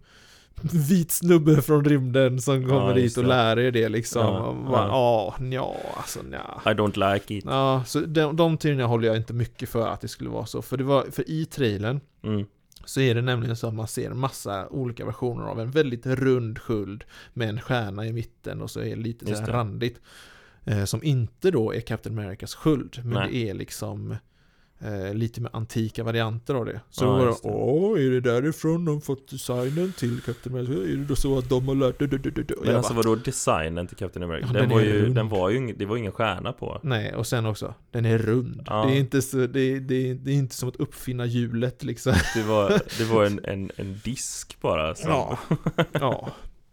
vit snubbe från rymden som kommer Ja, dit just och det. lär er det liksom. Ja, Och bara, ja. ja, ja, alltså nja. I don't like it. Ja, så de, de teorierna håller jag inte mycket för att det skulle vara så. För det var, för i trailern Mm. så är det nämligen så att man ser en massa olika versioner av en väldigt rund sköld med en stjärna i mitten, och så är det lite så Just här det. randigt. Eh, som inte då är Captain Americas sköld, men Nej. det är liksom eh, lite med antika varianter av det. Så Ja, då var det, just det. åh, är det därifrån de fått designen till Captain America? Är det då så att de har lärt det? Och Men jag alltså bara, vadå designen till Captain America? Ja, den, den var är ju, rund. den var ju ing, det var ingen stjärna på. nej, och sen också, den är rund. Ja. Det är inte så, det, det, det är inte som att uppfinna hjulet liksom. Det var, det var en, en, en disk bara som, Ja, ja.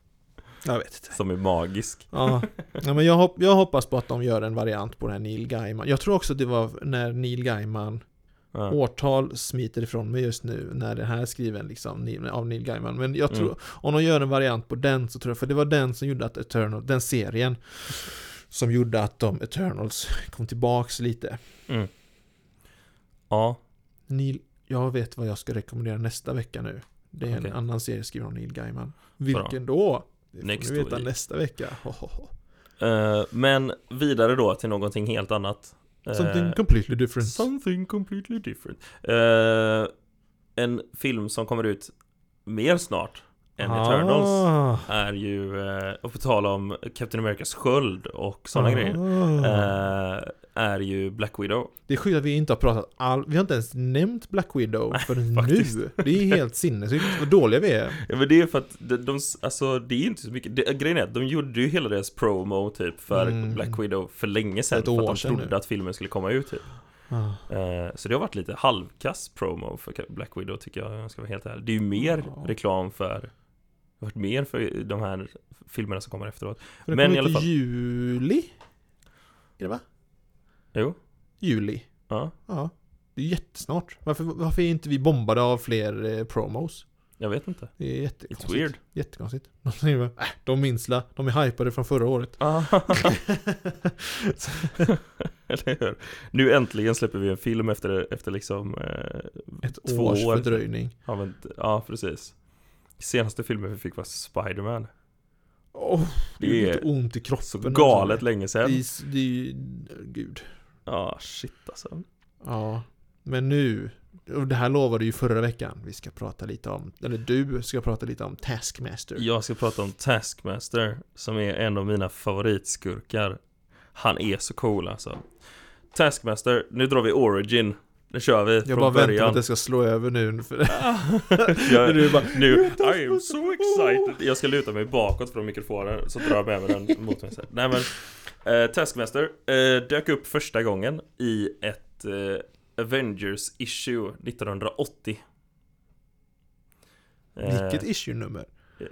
Jag vet inte. som är magisk. Ja, ja men jag, hopp, jag hoppas på att de gör en variant på den här Neil Gaiman. Jag tror också att det var när Neil Gaiman, Ja. årtal smiter ifrån mig just nu när den här är skriven liksom, av Neil Gaiman. Men jag tror, Mm. om de gör en variant på den, så tror jag, för det var den som gjorde att Eternal, den serien som gjorde att de Eternals kom tillbaks lite. Mm. Ja, Neil, jag vet vad jag ska rekommendera nästa vecka nu. Det är Okej. en annan serie skriven av Neil Gaiman. Vilken då? Det får Next ni veta week. nästa vecka. Ho, ho, ho. eh, men vidare då till någonting helt annat. Eh, Something completely different. Something completely different. Eh, en film som kommer ut mer snart än Eternals ah. är ju, eh, och på tal om Captain Americas sköld och sådana Ah. grejer, eh, är ju Black Widow. Det är sjukt att vi inte har pratat all... Vi har inte ens nämnt Black Widow Nej, förrän faktiskt. nu. Det är helt sinnessykt vad dåliga vi är. Ja, men det är för att de, de alltså det är inte så mycket, det, grejen är att de gjorde ju hela deras promo typ för Mm. Black Widow för länge sedan, Ett för att år de sedan trodde nu. att filmen skulle komma ut typ. Ah. Eh, så det har varit lite halvkass promo för Black Widow tycker jag, om jag ska vara helt ärlig. Det är ju mer Ja. reklam för, det har varit mer för de här filmerna som kommer efteråt. Men, Men men i i alla fall. juli? Är det va? Jo, Juli. ja, Ja. Det är jättesnart. Varför, varför är inte vi bombade av fler eh, promos? jag vet inte. Det är jättekonstigt. It's weird. Jättekonstigt. De säger bara, äh, de minns la, de är hypade från förra året. Eller hur? Nu äntligen släpper vi en film efter, efter liksom eh, Ett två års år. fördröjning. Ja, men, ja, precis. Senaste filmen vi fick var Spider-Man. Oh, det är Det lite är ont i kroppen. Så galet alltså. länge sedan. Det är, det är, gud. Ja, shit alltså. Ja. Men nu, Och det här lovade ju förra veckan. Vi ska prata lite om, eller du ska prata lite om Taskmaster. Jag ska prata om Taskmaster, som är en av mina favoritskurkar. Han är så cool alltså. Taskmaster, nu drar vi origin. Nu kör vi jag från bara början. väntar på att det ska slå över nu. För jag, du bara, nu, I am so excited. Jag ska luta mig bakåt från mikrofonen, så drar jag med mig den mot mig. Nej men, eh, Taskmaster eh, dök upp första gången i ett eh, Avengers issue nittonhundraåttio. Eh, vilket issue-nummer?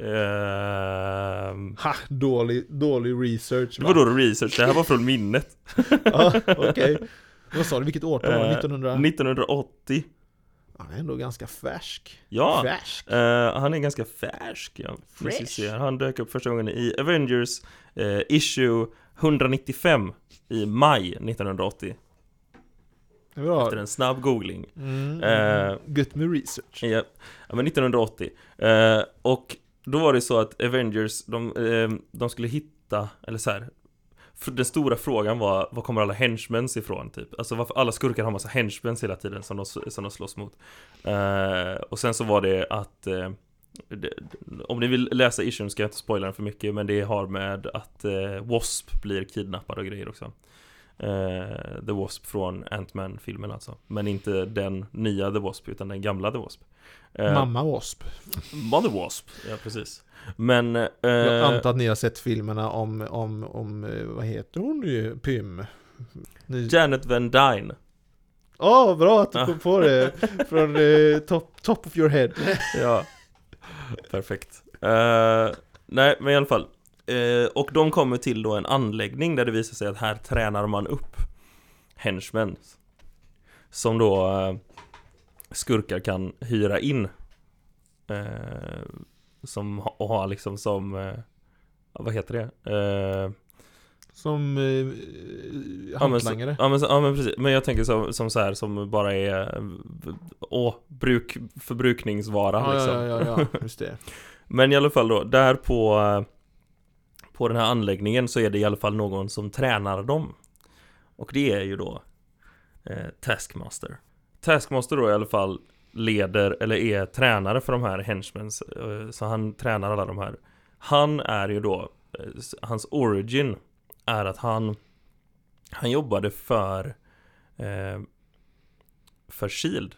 Uh, ha, dålig, dålig research. Det var då research, det här var från minnet. Ja, okej. Okay. Vad sa du, vilket år det var? nittonhundra... nittonhundraåttio. Han är ändå ganska färsk. Ja, färsk. Uh, han är ganska färsk. Ja. Se. Han dök upp första gången i Avengers uh, issue etthundranittiofem i maj nittonhundraåttio. Bra. Efter en snabb googling. Mm, uh, Good med research. Ja, men nittonhundraåttio. Uh, och då var det så att Avengers, de, uh, de skulle hitta, eller så här, den stora frågan var, var kommer alla henchmens ifrån typ? Alltså varför alla skurkar har massa henchmens hela tiden som de, som de slåss mot. Uh, och sen så var det att uh, det, om ni vill läsa issuen ska jag inte spoila den för mycket, men det har med att uh, Wasp blir kidnappad och grejer också. Uh, The Wasp från Ant-Man-filmen alltså. Men inte den nya The Wasp, utan den gamla The Wasp. uh, Mamma Wasp. Mother Wasp, ja precis. Men uh, jag antar att ni har sett filmerna om, om, om vad heter hon nu? Pym. Ni... Janet Van Dyne. Åh, oh, bra att du kom på det. Från uh, top, top of your head. Ja, perfekt. uh, Nej, men i alla fall uh, och de kommer till då en anläggning där det visar sig att här tränar man upp henchmen som då uh, skurkar kan hyra in uh, som och ha liksom som uh, vad heter det? Uh, som uh, hantlangare. Ja men, så, ja, men, ja men precis. Men jag tänker som, som så här som bara är åh, bruk, förbrukningsvara ja, liksom. Ja, ja, ja, just det. Men i alla fall då, där på på den här anläggningen så är det i alla fall någon som tränar dem. Och det är ju då eh, Taskmaster. Taskmaster då i alla fall leder, eller är tränare för de här henchmen. Så han tränar alla de här. Han är ju då, hans origin är att han han jobbade för eh, för Shield.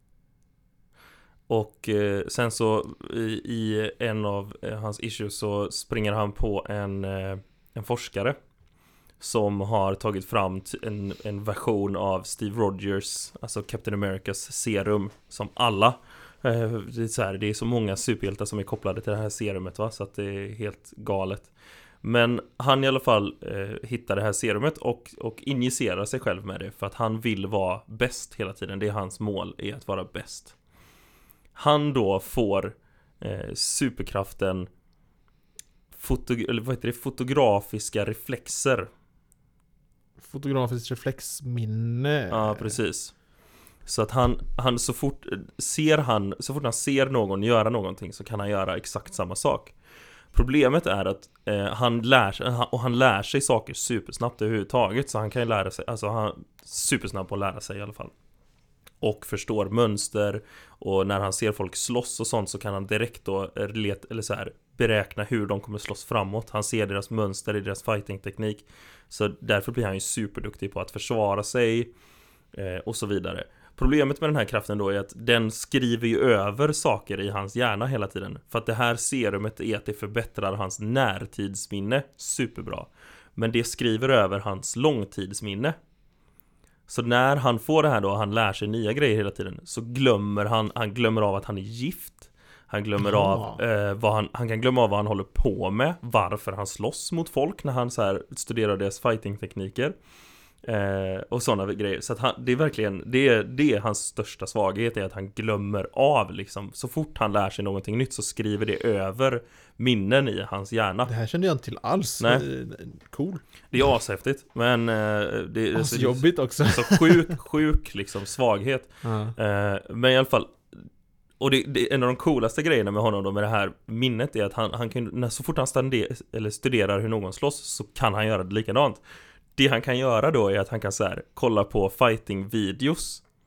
Och eh, sen så i, i en av eh, hans issues så springer han på en, eh, en forskare som har tagit fram t- en, en version av Steve Rogers, alltså Captain Americas serum, som alla eh, det, är så här, det är så många superhjältar som är kopplade till det här serumet, va? Så att det är helt galet. Men han i alla fall eh, hittar det här serumet och, och injicerar sig själv med det för att han vill vara bäst hela tiden. Det är hans mål, är att vara bäst. Han då får eh, superkraften foto- eller vad heter det? fotografiska reflexer. Fotografiskt reflexminne. Ja, precis. Så att han, han så fort ser han så fort han ser någon göra någonting så kan han göra exakt samma sak. Problemet är att eh, han lär sig, och han lär sig saker supersnabbt överhuvudtaget, så han kan ju lära sig, alltså han är supersnabb på att lära sig i alla fall. Och förstår mönster, och när han ser folk slåss och sånt så kan han direkt då let, eller så här, beräkna hur de kommer slåss framåt. Han ser deras mönster i deras fighting-teknik, så därför blir han ju superduktig på att försvara sig eh, och så vidare. Problemet med den här kraften då är att den skriver ju över saker i hans hjärna hela tiden. För att det här serumet är att det förbättrar hans närtidsminne superbra. Men det skriver över hans långtidsminne. Så när han får det här då, han lär sig nya grejer hela tiden, så glömmer han, han glömmer av att han är gift. Han glömmer ja. av eh, vad han, han kan glömma av vad han håller på med, varför han slåss mot folk när han så här studerar deras fighting-tekniker. Eh, och sådana grejer. Så att han, det är verkligen det är, det är hans största svaghet, är att han glömmer av liksom. Så fort han lär sig någonting nytt så skriver det över minnen i hans hjärna. Det här kände jag inte till alls. Nej. Cool. Det är ashäftigt, men eh, det är alltså, jobbigt också. Så sjuk, sjuk liksom svaghet. Ja. eh, Men i alla fall, och det, det, en av de coolaste grejerna med honom då, med det här minnet, är att han, han kan, när, så fort han stande, eller studerar hur någon slåss, så kan han göra det likadant. Det han kan göra då är att han kan så här, kolla på fighting-videos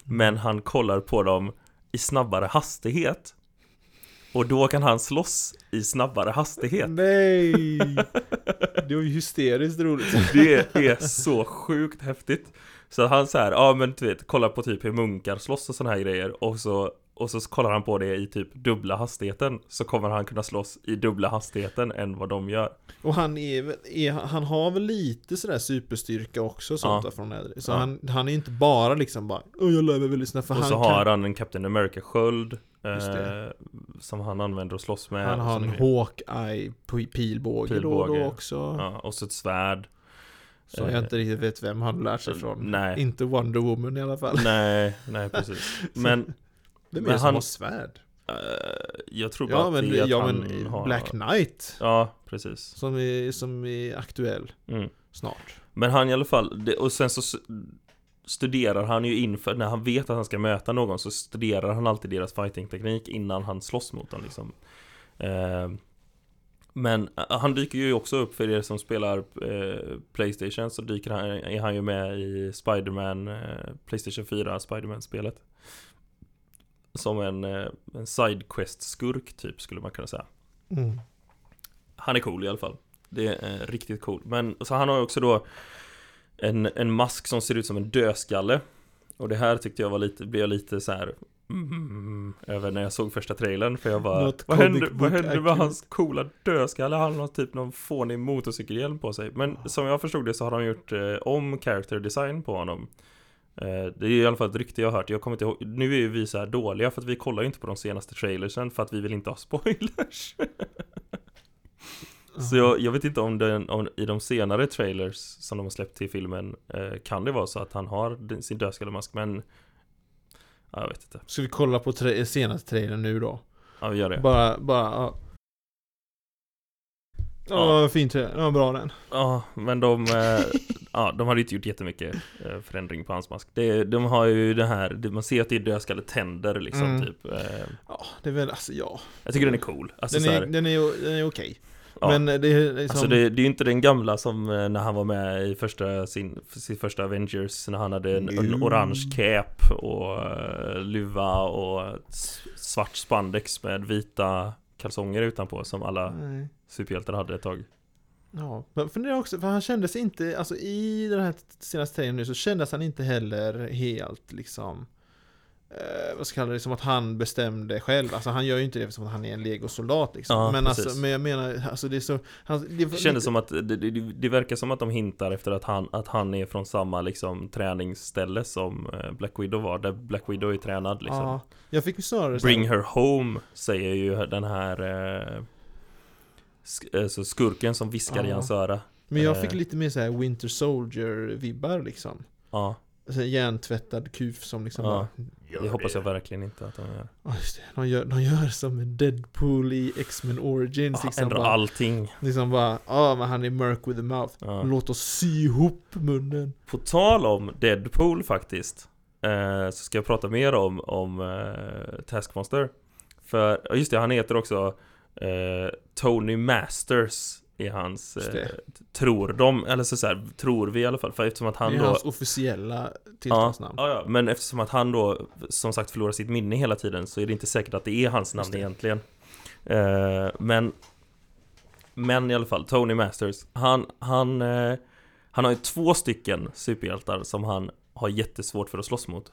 Men han kollar på dem i snabbare hastighet. Och då kan han slåss i snabbare hastighet. Nej! Det var ju hysteriskt roligt. Det är så sjukt häftigt. Så han så här, ja men du vet, kollar på typ hur munkar slåss och såna här grejer. Och så, och så kollar han på det i typ dubbla hastigheten. Så kommer han kunna slåss i dubbla hastigheten än vad de gör. Och han är, är han har väl lite sådär superstyrka också sånt Ja. där från äldre. Så Ja. han, han är inte bara liksom bara Åh, jag lever väldigt snabbt. För Och han så kan, har han en Captain America-sköld Just eh, det. som han använder att slåss med. han och har en såna grejer. Hawkeye p- pilbåge, då och Pilbåge. då också. Ja, och så ett svärd. Så jag inte riktigt vet vem han lärt sig Eh, från. nej. Inte Wonder Woman i alla fall. Nej, nej precis. Men Vem är men det som han- har svärd? eh, jag tror bara Ja att men, det är att ja, han men har... Black Knight Ja, precis. som är, som är aktuell Mm. snart. Men han i alla fall, det, och sen så s- studerar han ju inför, när han vet att han ska möta någon så studerar han alltid deras fighting-teknik innan han slåss mot dem liksom. Eh, men eh, han dyker ju också upp för er som spelar eh, PlayStation, så dyker han, är han ju med i Spider-Man, eh, PlayStation fyra Spider-Man-spelet. Som en, eh, en sidequest-skurk typ, skulle man kunna säga. Mm. Han är cool i alla fall. Det är eh, riktigt cool. Men så han har ju också då en, en mask som ser ut som en dödskalle. Och det här tyckte jag var lite, blev jag lite så här mm, över när jag såg första trailern. För jag bara, Not vad comic hände, book vad hände med accurate. hans coola dödskalle? Han har typ någon fånig motorcykelhjälm på sig. Men som jag förstod det så har de gjort eh, om character design på honom. Eh, det är i alla fall ett rykte jag har hört. Jag kommer inte ihåg. Nu är ju vi så här dåliga för att vi kollar ju inte på de senaste trailersen för att vi vill inte ha spoilers. Så jag, jag vet inte om, den, om i de senare trailers som de har släppt till filmen eh, kan det vara så att han har den, sin dödskallemask, men ja, jag vet inte. Ska vi kolla på tra- senaste trailern nu då? Ja, vi gör det. Bara, bara ja. Ja. Ja, fin trailer. Ja, bra den. Ja, men de eh, ja, de hade inte gjort jättemycket eh, förändring på hans mask. Det, de har ju det här, det, man ser att det är dödskalletänder liksom Mm. typ. Eh, Ja, det är väl, alltså ja. jag tycker den är cool. Alltså, Den så här, är, den är, den är okej. ja. Men det är liksom... Alltså det, det är ju inte den gamla som eh, när han var med i första, sin, sin första Avengers, när han hade en, en Mm. orange cap och uh, luva och s- svart spandex med vita kalsonger utanpå som alla Nej. superhjältar hade ett tag. Ja, men funderar också, för han kändes inte, alltså i den här senaste trailern nu så kändes han inte heller helt liksom, eh, vad ska jag kalla det, som att han bestämde själv. Alltså han gör ju inte det som att han är en legosoldat liksom. Ja, men, precis. alltså, men jag menar, alltså det är så, han, det, Det kändes som att det, det, det verkar som att de hintar efter att han, att han är från samma liksom träningsställe som eh, Black Widow var, där Black Widow är tränad liksom. Ja, jag fick ju snarare så Bring här- her home, säger ju den här eh, sk- alltså skurken som viskar i Ja. hans öra. men jag eh. fick lite mer så här Winter Soldier-vibbar liksom. Ja, Alltså, hjärntvättad kuf som liksom Ja. bara, det hoppas jag verkligen inte att de gör. Ja, just det. De gör, de gör som en Deadpool i X-Men Origins Ah, liksom ändra bara, allting. liksom bara, ja men han är mörk with the mouth. Ja. Låt oss sy ihop munnen. På tal om Deadpool faktiskt, eh, så ska jag prata mer om, om eh, Taskmaster. För, ja, just det, han heter också eh, Tony Masters i hans, Just eh, det. tror de, eller så, så här, tror vi i alla fall. För eftersom att han Det är då... hans officiella Ja, tilltalsnamn. ja, ja, men eftersom att han då som sagt förlorar sitt minne hela tiden så är det inte säkert att det är hans namn Just det. egentligen. Eh, men men i alla fall Tony Masters, han han eh, han har ju två stycken superhjältar som han har jättesvårt för att slåss mot.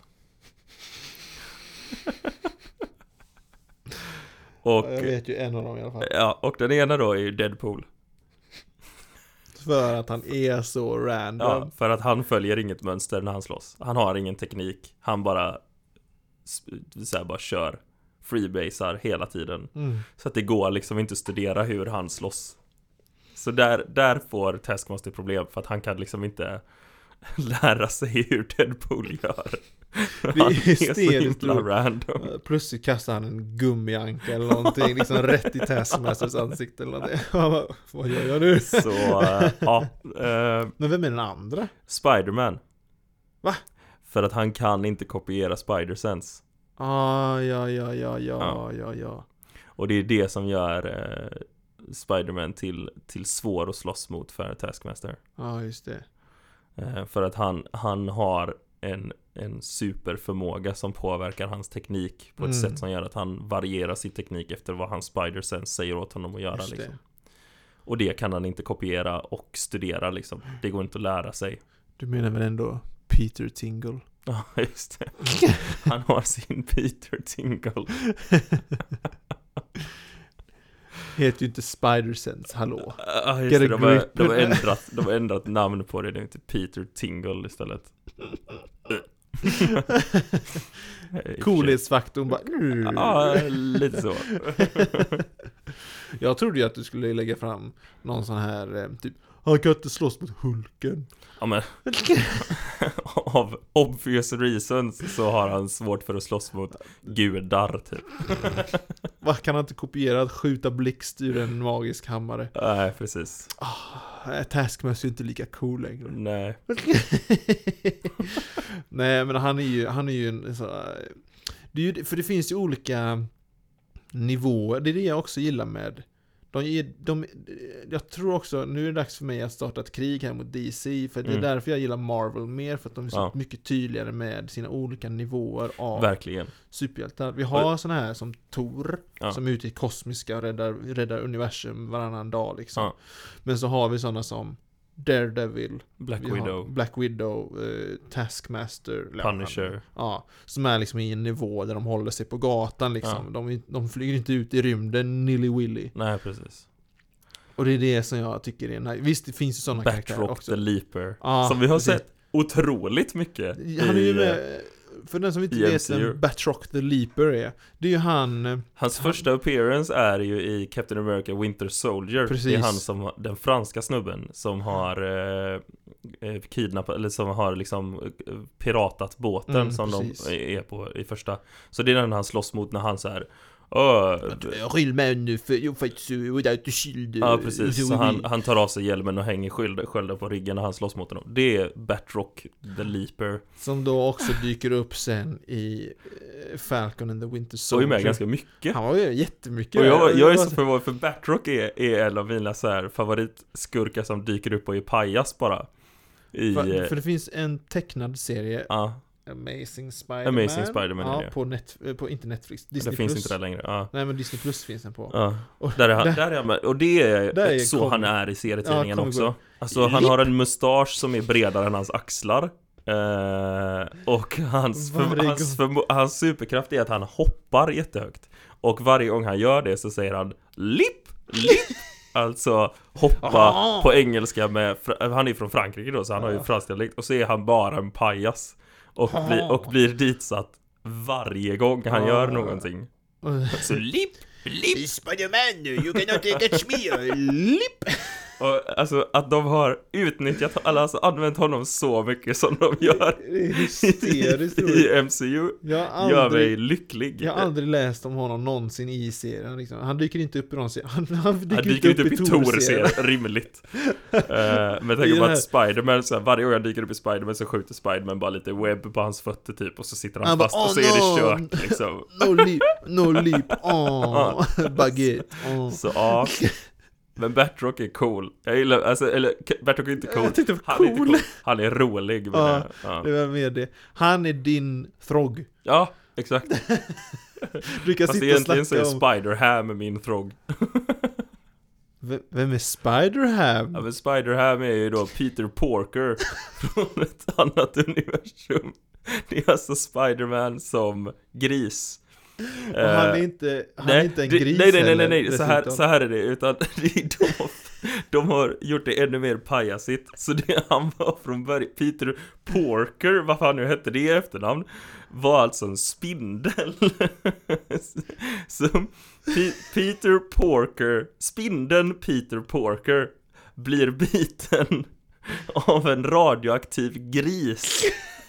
Och Ja, jag vet ju en av dem i alla fall. ja, och den ena då är ju Deadpool. För att han är så random. Ja, för att han följer inget mönster när han slåss. Han har ingen teknik. Han bara så här, bara kör freebasar hela tiden. Mm. Så att det går liksom inte att studera hur han slåss. Så där, där får Taskmaster problem för att han kan liksom inte lära sig hur Deadpool gör. Det är Han är så hysteriskt himla roligt. random. Plötsligt kastar han en gummianka eller någonting liksom rätt i Taskmasters ansikte eller någonting. Han bara, vad gör jag nu? Så äh, ja, äh, Men vem är den andra? Spider-Man. Va? För att han kan inte kopiera Spider-Sense. Ah, ja, ja, ja, ja, Ja. ja, ja. Och det är det som gör eh, Spider-Man till, till svår att slåss mot för Taskmaster. Ja, just det. Eh, för att han, han har en, en superförmåga som påverkar hans teknik på ett Mm. sätt som gör att han varierar sin teknik efter vad hans spider sense säger åt honom att göra Just det. liksom. Och det kan han inte kopiera och studera liksom. Det går inte att lära sig. Du menar väl ändå Peter Tingle? Ja, just det. Han har sin Peter Tingle. Heter ju inte Spider-Sense, hallå. Ja, just Get det. a De har, grip. de, har ändrat, de har ändrat namn på det. Det är inte Peter Tingle istället. Coolhetsfaktorn bara... Ja, lite så. Jag trodde ju att du skulle lägga fram någon sån här eh, typ, han kan inte slåss mot Hulken. Ja, men av obvious reasons så har han svårt för att slåss mot gudar typ. Vad kan han inte kopiera att skjuta blixt ur en magisk hammare? Nej, precis. Ah, Taskmaster är inte lika cool längre. Nej. Nej, men han är ju, han är ju en så, det är ju, för det finns ju olika nivåer. Det är det jag också gillar med de, de, jag tror också, nu är det dags för mig att starta ett krig här mot D C, för det är Mm. därför jag gillar Marvel mer, för att de är så Ja. mycket tydligare med sina olika nivåer av Verkligen. superhjältar. Vi har såna här som Thor, Ja. som är ute i kosmiska och räddar, räddar universum varannan dag liksom. Ja. Men så har vi såna som Daredevil, Black vi har Widow, Black Widow, eh, Taskmaster, Punisher. ja, som är liksom i en nivå där de håller sig på gatan liksom. Ja. De, de flyger inte ut i rymden nilly-willy. Nej, precis. Och det är det som jag tycker är nice. Visst, det finns ju sådana karaktärer Batroc också. the Leaper. Ja, som vi har precis. sett otroligt mycket. Han är ju i, med, för den som inte i vet M C U. vem Batroc the Leaper är, det är ju han... eh, Hans han, första appearance är ju i Captain America Winter Soldier. Precis. Det är han som, den franska snubben som har eh, eh, kidnappat, eller som har liksom eh, piratat båten Mm, som precis. de är på i första. Så det är den han slåss mot när han så här. Åh, Real man fights without a shield. ja, precis. Så han, han tar av sig hjälmen och hänger sköld, skölden på ryggen när han slåss mot honom. Det är Batroc the Leaper. Som då också dyker upp sen i eh, Falcon and the Winter Så är Soldier. med ganska mycket. Han var ju jättemycket. Och jag, jag är så förvånad, för Batroc är, är en av mina så här favoritskurkar som dyker upp och är pajas bara. I, För, för det finns en tecknad serie, ja, Amazing Spider-Man. Amazing Spider-Man är ja, det. på, net, eh, på inte Netflix, Disney det finns Plus. inte där längre. Ja. Nej, men Disney Plus finns den på. Ja. Och Där är han, där- där är han med. Och det är, där är så comic. han är i serietidningen Ja, comic också. book. Alltså han Lip. har en mustasch som är bredare än hans axlar. Eh, och hans, för, Varje hans, för, hans superkraft är att han hoppar jättehögt. Och varje gång han gör det så säger han lip, lip. Alltså hoppa Aha. på engelska med, han är från Frankrike då, så han har ju Ja. fransk dialekt. Och så är han bara en pajas. Och, Aha. bli, och blir ditsatt varje gång han Ja. gör någonting. Så lip, lip. Spider-Man, you cannot touch me, lip. Och alltså att de har utnyttjat, eller alltså använt honom så mycket som de gör Det är hysteriskt i, roligt. i M C U Jag har gör aldrig, mig lycklig. jag har aldrig läst om honom någonsin i serien liksom. Han dyker inte upp i någon serie. Han, han dyker, Han dyker inte upp i Thor-serien. Thor-serien, rimligt. uh, men jag I tänker den på här- att Spider-Man, så här, varje gång han dyker upp i Spider-Man så skjuter Spider-Man bara lite webb på hans fötter typ. Och så sitter han Han bara, fast och så "Oh, är det no." kört liksom. No lip, no lip, åh, baguette, åh. Så ja. Men Batroc är cool. Jag gillar, alltså, eller Batroc är inte cool. Jag tyckte det var Han är inte cool. cool. Han är rolig. Men, Ja, ja. Det var med det. Han är din Throg. ja, exakt. Du kan Fast sitta och egentligen så är snacka om... Spider-Ham min Throg. V- Vem är Spider-Ham? Ja, men Spider-Ham är ju då Peter Porker från ett annat universum. Det är alltså Spider-Man som gris. Och han är inte, han är inte en det- gris nej, nej, nej, heller, nej, nej. Så, här, dessutom. så här är det. Utan det är de, de har gjort det ännu mer pajasigt. Så det han var från början. Peter Porker, vad fan nu hette det i efternamn, var alltså en spindel. Så P- Peter Porker, spindeln Peter Porker blir biten av en radioaktiv gris.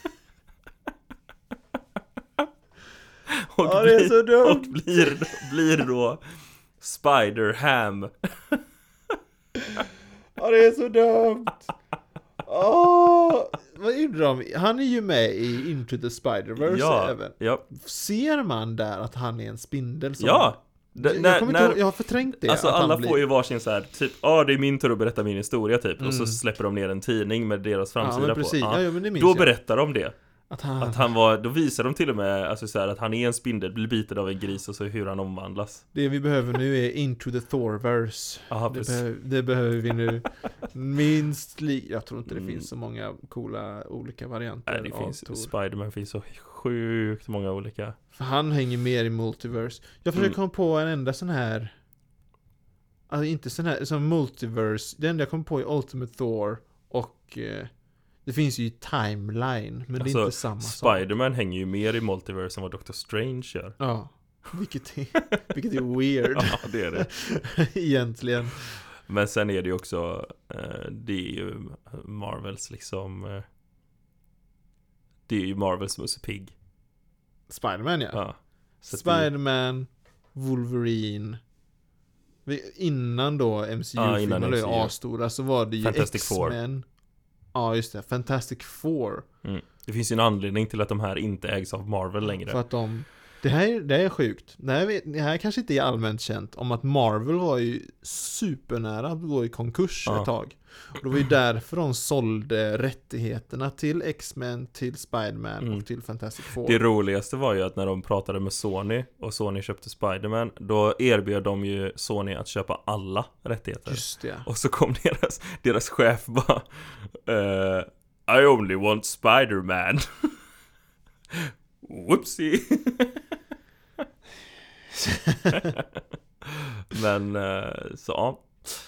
Och, Ja, det är så blir, och dumt. blir, blir då Spider-Ham. Ja, det är så dumt. Åh, vad undrar de? Han är ju med i Into the Spider-Verse Ja, även. ja, Ser man där att han är en spindel? Som... ja. D- jag, när, kommer när, inte ihåg, jag har förträngt det. alltså att han alla blir- får ju varsin så här typ, ja ah, det är min tur att berätta min historia typ. Och så Mm. släpper de ner en tidning med deras Ja, framsida men på. precis. Ja. Ja, ja, men det minns Då jag. berättar de det. Att han... Att han var, då visar de till och med alltså så här, att han är en spindel, blir biten av en gris och så hur han omvandlas. Det vi behöver nu är Into the Thorverse. Aha, det, precis. behöver, det behöver vi nu. Minst li... Jag tror inte det Mm. finns så många coola olika varianter Nej, det av finns, Thor. Spider-Man finns så sjukt många olika. För han hänger mer i multiverse. Jag försöker Mm. komma på en enda sån här... Alltså inte sån här, som multiverse. Det enda jag kom på är Ultimate Thor och... Eh, det finns ju i Timeline, men Alltså, det är inte samma sak. Spider-Man hänger ju mer i multiverse än vad Doctor Strange gör. Ja, vilket är, vilket är weird. Ja, det är det. Egentligen. Men sen är det ju också eh, det är ju Marvels liksom eh, det är ju Marvels Musse Pigg. Spider-Man, ja. Ja. Så att Spider-Man, Wolverine. Vi- Innan då M C Ja, innan U-filmerna blev M C U. A-stora så var det ju Fantastic Four. X-Men. Ja, just det. Fantastic Four. det, mm. det finns ju en anledning till att de här inte ägs av Marvel längre. För att de... Det här, det här är sjukt. Det här, vet- det här kanske inte är allmänt känt om att Marvel var ju supernära att gå i konkurs Ja. ett tag. Och det var ju därför de sålde rättigheterna till X-Men, till Spider-Man Mm. och till Fantastic Four. Det roligaste var ju att när de pratade med Sony och Sony köpte Spider-Man, då erbjöd de ju Sony att köpa alla rättigheter. Just det. Och så kom deras, deras chef bara eh, I only want Spider-Man. Whoopsie. Men eh, så ja.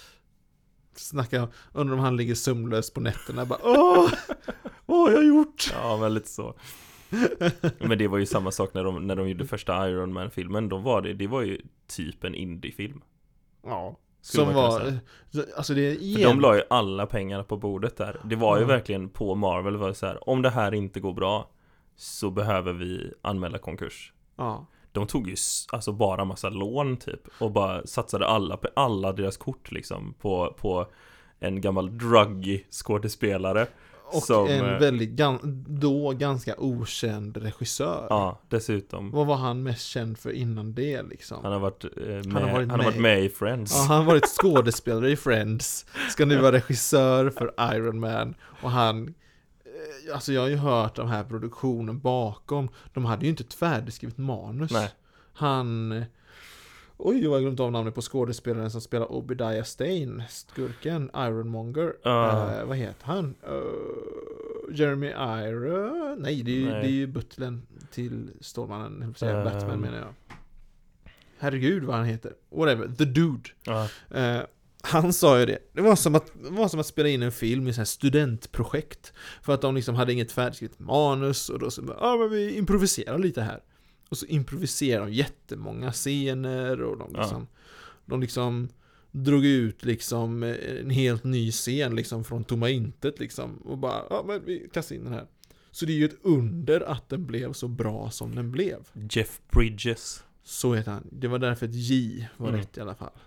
Snacka, undrar om han ligger sömnlös på nätterna bara åh, vad har jag gjort? Ja, men lite så. Men det var ju samma sak när de, när de gjorde första Iron Man-filmen. De var det, det var ju typ en indie-film. Ja. Skulle Som man kunna var, alltså det är För igen. de la ju alla pengar på bordet där. Det var ju Ja. verkligen på Marvel var det så här, om det här inte går bra så behöver vi anmäla konkurs. Ja. De tog ju s- alltså bara massa lån typ och bara satsade alla på alla deras kort liksom på, på en gammal druggy skådespelare. Och som, en eh, väldigt, gan, då ganska okänd regissör. Ja, dessutom. Vad var han mest känd för innan det liksom? Han har varit, eh, med, Han har varit han har varit med. med i Friends. Ja, han har varit skådespelare i Friends. Ska nu vara regissör för Iron Man. Och han... eh, Alltså jag har ju hört de här produktionen bakom. De hade ju inte ett färdigskrivet manus. Nej. Han... eh, Oj, jag har glömt av namnet på skådespelaren som spelar Obadiah Stane, skurken, Ironmonger. Ja. Eh, vad heter han? Eh, Jeremy Irons? Nej, det är ju, Nej. det är ju butlern till Stålmannen, jag höll på att säga Ehm. Batman menar jag. Herregud vad han heter. Whatever, The Dude. Ja. Eh, han sa ju det. Det var som att, det var som att spela in en film i så här studentprojekt. För att de liksom hade inget färdigskrivet manus. Och då så bara, ja men vi improviserar lite här. Och så improviserar de jättemånga scener. Och de liksom, de liksom drog ut liksom en helt ny scen liksom från tomma intet liksom. Och bara, ja men vi kastar in den här. Så det är ju ett under att den blev så bra som den blev. Jeff Bridges. Så heter han. Det var därför ett J var Mm. rätt i alla fall.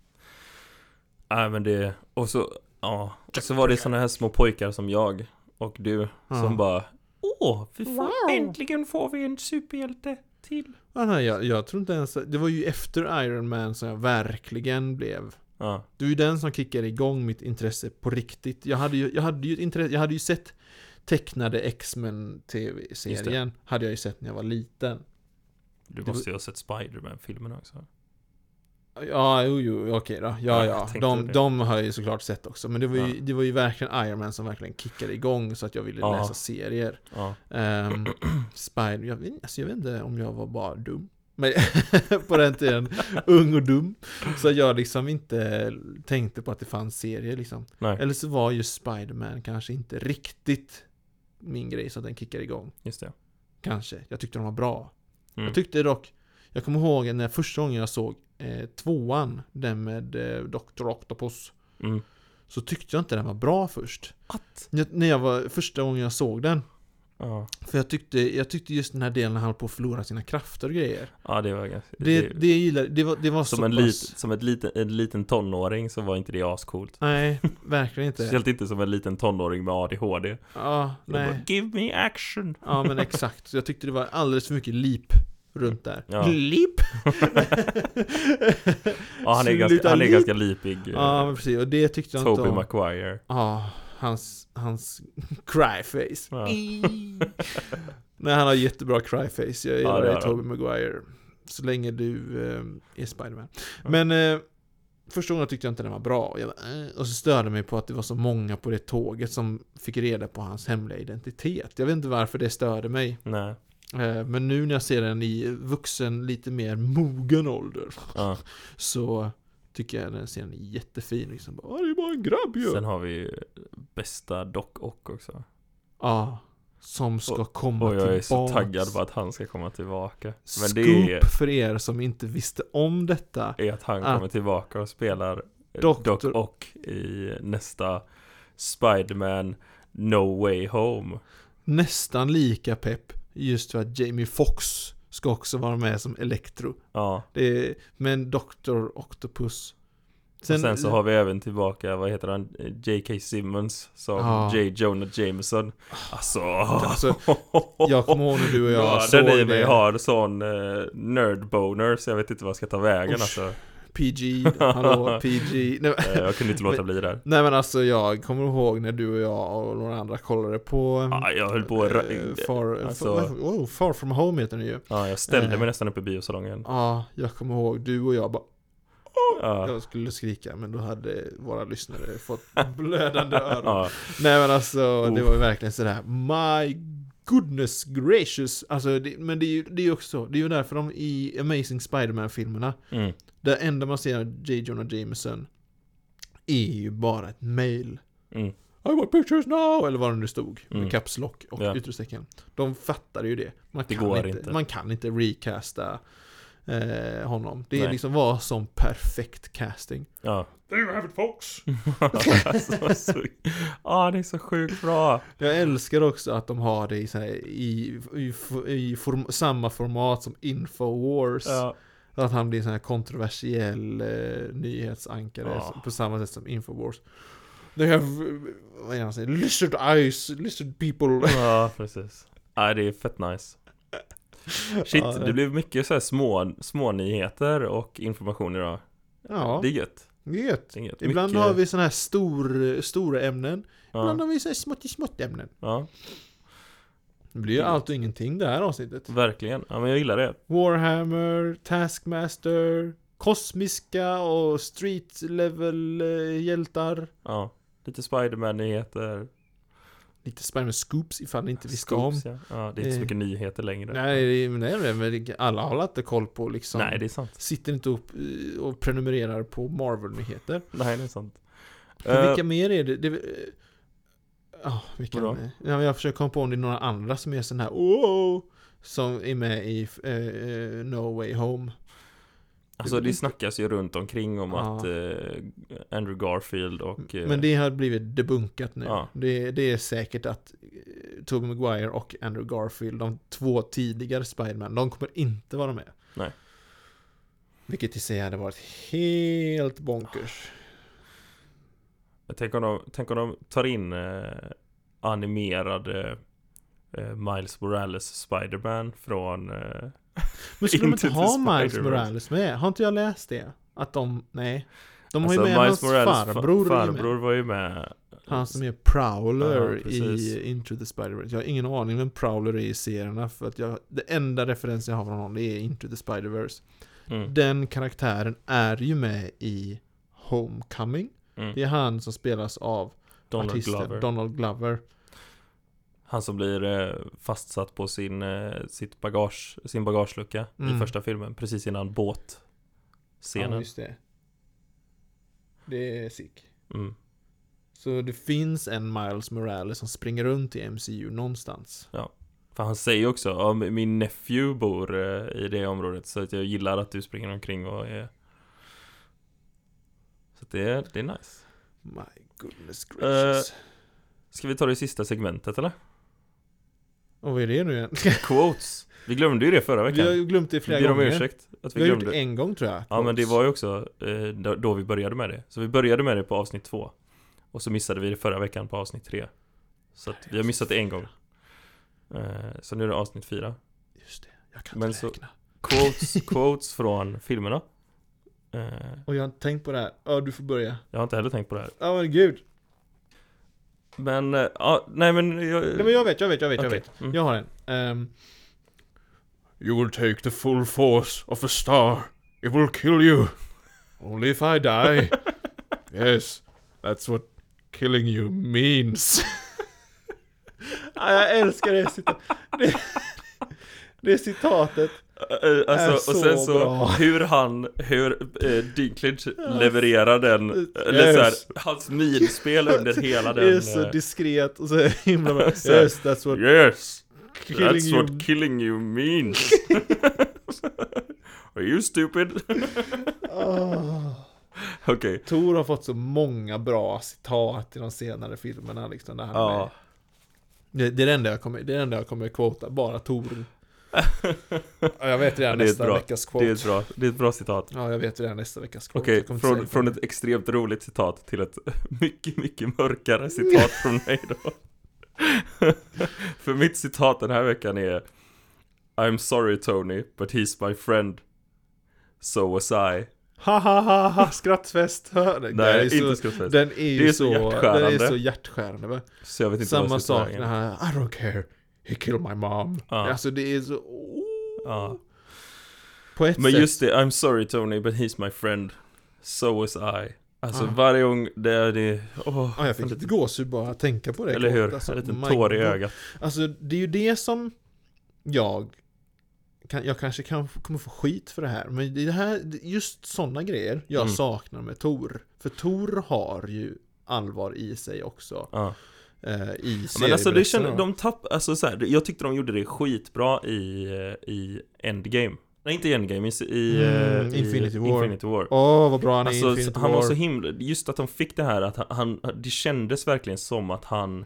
Nej men det, och så, ja, och så var det såna här små pojkar som jag och du Ja. som bara, åh, vi får, Wow. äntligen får vi en superhjälte till. Ja, nej, jag, jag tror inte ens... Det var ju efter Iron Man som jag verkligen blev... Ja, Det var ju den som kickade igång mitt intresse på riktigt. Jag hade ju, jag hade ju, ett intresse, jag hade ju sett tecknade X-Men Just tv-serien. Hade jag ju sett när jag var liten. du Det måste ju ha sett Spider-Man-filmen också. Ja, jo, jo, okej då. Ja, Ja, jag ja. tänkte De, det. de har jag ju såklart sett också. Men det var ju, Ja. det var ju verkligen Iron Man som verkligen kickade igång så att jag ville Ja. läsa serier. Ja, Um, Spider, jag, vet- alltså jag vet inte om jag var bara dum. Men på den tiden, ung och dum. Så jag liksom inte tänkte på att det fanns serier liksom. nej, Eller så var just Spider-Man kanske inte riktigt min grej så att den kickade igång. just det. Kanske. Jag tyckte de var bra. Mm. Jag tyckte dock, jag kommer ihåg när första gången jag såg eh, tvåan, den med eh, doktor Octopus, Mm. så tyckte jag inte den var bra först. Att? Jag, när jag var, första gången jag såg den. Ja. För jag tyckte, jag tyckte just den här delen när han höll på att förlora sina krafter och grejer. Ja, det var ganska... Det, det, gillade, det var, det var som så en, pass... lit, som ett liten, en liten tonåring så var inte det ascoolt. Nej, verkligen inte. Speciellt inte som en liten tonåring med A D H D. Ja, Jag bara, nej. give me action. Ja, men exakt. Så jag tyckte det var alldeles för mycket lip runt där. Ja. Lip? Ja, han är, ganska, Sluta han är lip. ganska lipig. Ja, men precis. Och det tyckte jag inte Tobey om. Maguire. Ja, hans, hans cryface. Ja. Nej, han har jättebra cryface. Jag gillar Ja, det dig, har Tobey Maguire. Så länge du eh, är Spider-Man. Men eh, första gången tyckte jag inte den var bra. Jag bara, eh, och så störde mig på att det var så många på det tåget som fick reda på hans hemliga identitet. Jag vet inte varför det störde mig. Nej. Eh, men nu när jag ser den i vuxen, lite mer mogen ålder, Ja. så tycker jag den scenen är jättefin. Liksom. Bara, det är bara en grabb ju. Sen har vi ju bästa Doc Ock också. Ja, som ska komma Och jag är tillbaks. så taggad på att han ska komma tillbaka. Men Scoop det är, för er som inte visste om detta. är att han Att kommer tillbaka och spelar Doktor- Doc Ock i nästa Spider-Man No Way Home. Nästan lika pepp, just för att Jamie Foxx ska också vara med som Electro. Ja. Det är, men doktor Octopus. Sen, och sen så har vi även tillbaka, vad heter han? J K. Simmons som Ja. J. Jonah Jameson. Alltså, Alltså, jag kommer ihåg när du och jag ja, den i såg mig det. har sån uh, nerdboner så jag vet inte vad jag ska ta vägen. Alltså. P G, hallå, P G. Nej, Eh, jag kunde inte låta bli där. nej men alltså jag kommer ihåg när du och jag och några andra kollade på Ja, jag höll på att ra- eh, far, alltså- far, oh, far From Home heter den ju. Ja, jag ställde Eh. mig nästan upp i biosalongen. Ja, jag kommer ihåg du och jag bara Ja. jag skulle skrika, men då hade våra lyssnare fått blödande öron. Ja. Nej men alltså, det Oh. var ju verkligen sådär, my goodness gracious. Alltså, det, men det är ju det är ju också, det är ju därför de i Amazing Spider-Man-filmerna, Mm. det enda man ser av J. Jonah Jameson är ju bara ett mail. Mm. I want pictures now! Eller vad det nu stod. Med Mm. caps lock och Ja. utropstecken. De fattar ju det. Man Det kan går inte, inte. Man kan inte recasta eh, honom. Det är Nej. liksom var som perfekt casting. Ja. There you have it folks! alltså, så, ja, det är så sjukt bra. Jag älskar också att de har det i, så här, i, i, i form, samma format som Infowars. Ja. Att han blir en sån här kontroversiell eh, nyhetsankare Ja. på samma sätt som Infowars. They have, eh, vad är det han säger? Lizard eyes, lizard people. Ja, precis. Ja, det är fett nice. Shit, Ja, det blev mycket så här små, små nyheter och information idag. Ja, Det är gött. det är gött. Det är gött. Ibland Mycket- har vi såna här stor, stora ämnen. Ibland Ja, har vi så här smått i smått ämnen. ja, Det blir ju allt och ingenting det här avsnittet. verkligen. Ja, men jag gillar det. Warhammer, Taskmaster, kosmiska och street level eh, hjältar. Ja, lite Spider-Man-nyheter. Lite Spider-Man scoops ifall ni inte visste om. Scoops, ja. Ja, det är inte så Eh, mycket nyheter längre. Nej, det är- nej, nej, men det- alla har inte koll på liksom. Nej, det är sant. Sitter inte upp eh, och prenumererar på Marvel-nyheter. Nej, det är sant. För Eh, vilka mer är det? det eh, Ja, vilka Vadå? mer? Ja, jag försöker komma på om det är några andra som är sån här oh, som är med i eh, eh, No Way Home. Alltså det snackas ju runt omkring om Ja. att eh, Andrew Garfield och... eh, Men det har blivit debunkat nu. Ja. Det, det är säkert att eh, Tobey Maguire och Andrew Garfield, de två tidigare Spider-Man, de kommer inte vara med. Nej. Vilket i sig hade varit helt bonkers. Tänk om de, tänk om de tar in eh, animerade eh, Miles Morales Spider-Man från... Eh, Men skulle de inte Into ha the Miles Spider-Verse. Morales med? Har inte jag läst det? Att de, nej. De har alltså, ju med Miles hans Morales farbror. fa- är ju med. farbror var ju med. Han som är Prowler Ja, precis. i Into the Spider-Verse. Jag har ingen aning vem Prowler är i serierna, för att jag, det enda referensen jag har från honom, det är Into the Spider-Verse. Mm. Den karaktären är ju med i Homecoming. Mm. Det är han som spelas av Donald artisten Glover. Donald Glover. Han som blir eh, fastsatt på sin, eh, sitt bagage, sin bagagelucka Mm. i första filmen. Precis innan båtscenen. Ja, just det. Det är sick. Mm. Så det finns en Miles Morales som springer runt i M C U någonstans. För han säger också, ja, min nephew bor eh, i det området, så att jag gillar att du springer omkring och är... Så att det är, det är nice. My goodness gracious. Ska vi ta det sista segmentet eller? Och vad är det nu igen? Quotes. Vi glömde ju det förra Vi veckan. har ju glömt det Vi flera ber om gånger. ursäkt att vi, Vi har gjort glömde. det en gång tror jag. Ja, men det var ju också eh, då, då vi började med det. Så vi började med det på avsnitt två. Och så missade vi det förra veckan på avsnitt tre. Så att vi har missat det en gång. Eh, så nu är det avsnitt fyra. Just det, jag kan Men inte så- räkna. Quotes, quotes från filmerna. Eh, Och jag har inte tänkt på det här. Ja, du får börja. jag har inte heller tänkt på det här. Ja, men gud. Men, uh, ja, nej men jag... Nej men jag vet, jag vet, jag vet, okay. jag vet. Mm. Jag har en. Um, you will take the full force of a star. It will kill you. Only if I die. Yes, that's what killing you means. Ja, jag älskar det citatet. Det, det citatet. Uh, alltså, och sen så bra. hur han, hur uh, Dinklage levererar den, Yes. eller så här, hans minspel under hela den. Det är så diskret och så himla bra. Så här, Yes, that's what yes, killing that's you. what killing you means. Are you stupid? Oh. Okej. Okay. Thor har fått så många bra citat i de senare filmerna liksom, där han Ja. är. Det, det är det enda jag kommer, det är det enda jag kommer quota, bara Thor. Ja, jag vet redan det är nästa bra. veckas quote. Det är ett bra, det är ett bra citat. Ja, jag vet redan nästa veckas quote. Okej, okay, från, från ett extremt roligt citat till ett mycket, mycket mörkare citat från mig då. För mitt citat den här veckan är I'm sorry Tony, but he's my friend. So was I. Ha ha ha ha, skrattfest. Nej, är inte så, skrattfest. Den är ju det är så, så hjärtskärande. Den är så hjärtskärande, va? Så jag vet inte samma vad sak när han, I don't care, he killed my mom. Ja. Alltså det är så oh. Ja. På ett Men sätt. just det, I'm sorry Tony, but he's my friend. So was I. Alltså Ah. varje gång det är det oh, Ja, jag fick lite gåshud bara att tänka på det. Eller hur? Alltså, En liten my tår i God. ögat. Alltså det är ju det som jag kan, jag kanske kan, kommer få skit för det här. Men det här, just sådana grejer jag Mm. saknar med Thor. För Thor har ju allvar i sig också. Ja. Eh, I Men alltså det kände, serieberättelserna. de tapp, alltså så här, jag tyckte de gjorde det skitbra i, i Endgame. Nej, inte i Endgame, i, i, Mm, i Infinity War. Infinity War. Åh, vad bra han är i Alltså, Infinity han War. var så himla, just att de fick det här att han, det kändes verkligen som att han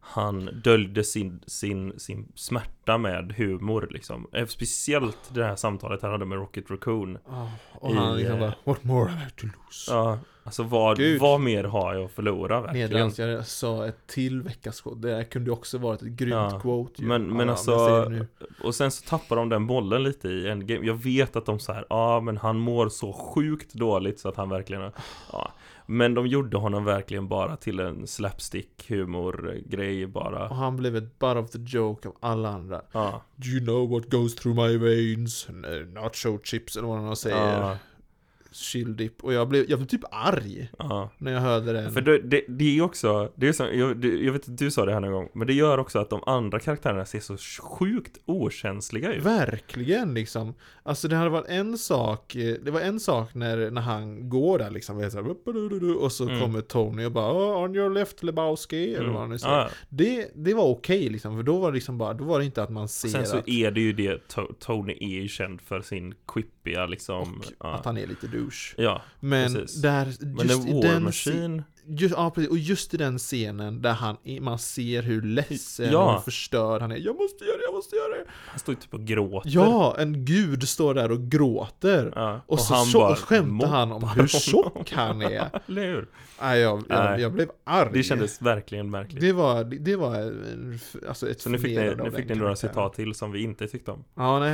han döljde sin, sin, sin smärta med humor liksom. Speciellt det här samtalet han hade med Rocket Raccoon. Oh, och han liksom bara, what more have I to lose? Ja, alltså vad, Gud. vad mer har jag att förlora verkligen? Medans jag sa ett till veckas quote. Det kunde också varit ett grymt Ja, quote ju. men- men ja, alltså- jag säger det nu. Och sen så tappar de den bollen lite i Endgame. Jag vet att de så här, ja ah, men han mår så sjukt dåligt så att han verkligen, ja. Men de gjorde honom verkligen bara till en slapstick humor-grej bara. Och han blev ett butt of the joke av alla andra. Ja, Do you know what goes through my veins? Nacho chips eller vad han säger. ja, Chill dip. Och jag blev, jag blev typ arg ja. när jag hörde den. För det, det, det är också, det är så, jag, det, jag vet att du sa det här någon gång, men det gör också att de andra karaktärerna ser så sjukt okänsliga ut. Verkligen liksom. Alltså det hade varit en sak. eh, Det var en sak när, när han går där liksom. vet så här, och så Mm. kommer Tony och bara oh, on your left Lebowski. Eller Mm. vad han nu säger. Ja. Det, det var okej liksom. För då var det liksom bara, då var det inte att man ser Sen så att, är det ju det, To- Tony är ju känd för sin quippiga liksom. och Ja. att han är lite douche. Ja, Men precis. där, Men just en i War den Machine. Just, ja, precis. Och just i den scenen där han, man ser hur ledsen Ja. och förstörd han är. Jag måste göra det, jag måste göra det. Han står ju typ och gråter. Ja, en gud står där och gråter. Ja, Och, så han tjo- bara och skämtar han om mobbar hur honom. tjock han är. Eller hur? Nej, jag, jag, Nej. jag blev arg. Det kändes verkligen märkligt. Det var, det, det var en, alltså ett Så nu fick ni, förnedrande nu av fick ni den några karaktären. citat till som vi inte tyckte om. Ja, nej.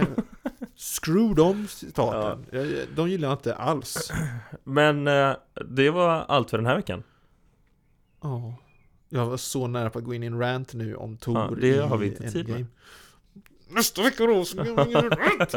Screw de citaten. Jag- De gillar jag inte alls. Men eh, det var allt för den här veckan. Ja. Jag var så nära på att gå in i en rant nu om Thor Ja, det i har vi inte tid Endgame. med. Nästa vecka då ska jag in i en rant.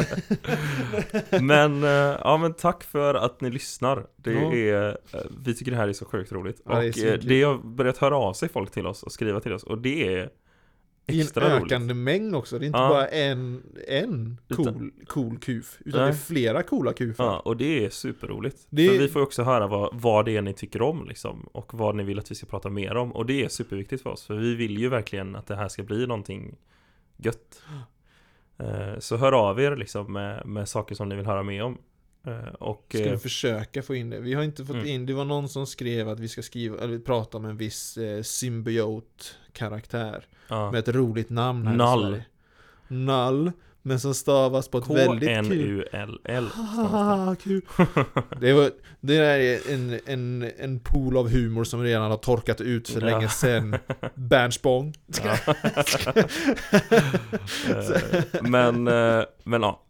Men, eh, ja men tack för att ni lyssnar. Det Ja. är, eh, vi tycker det här är så sjukt roligt. Ja, det är och så eh, kul. det har börjat höra av sig folk till oss och skriva till oss. Och det är I en extra roligt. ökande mängd också. Det är inte Ja. bara en, en cool, Utan- cool kuf. Utan Nej. det är flera coola kufar. Ja, och det är superroligt. Det- För vi får ju också höra vad, vad det är ni tycker om liksom, och vad ni vill att vi ska prata mer om. Och det är superviktigt för oss. För vi vill ju verkligen att det här ska bli någonting gött. Eh, Så hör av er liksom med, med saker som ni vill höra mer om. Eh, Och Ska vi eh, försöka få in det. Vi har inte fått Mm. in. Det var någon som skrev att vi ska skriva eller prata om en viss eh, symbiot-karaktär. ja. Med ett roligt namn här i Null. Sverige. Null. Men som stavas på ett väldigt K N kul. U L L. Haha, kul. Det, var, det där är en, en, en pool av humor som redan har torkat ut för Ja. länge sedan. Bernspång. Ja. Eh, Men, eh, men ja.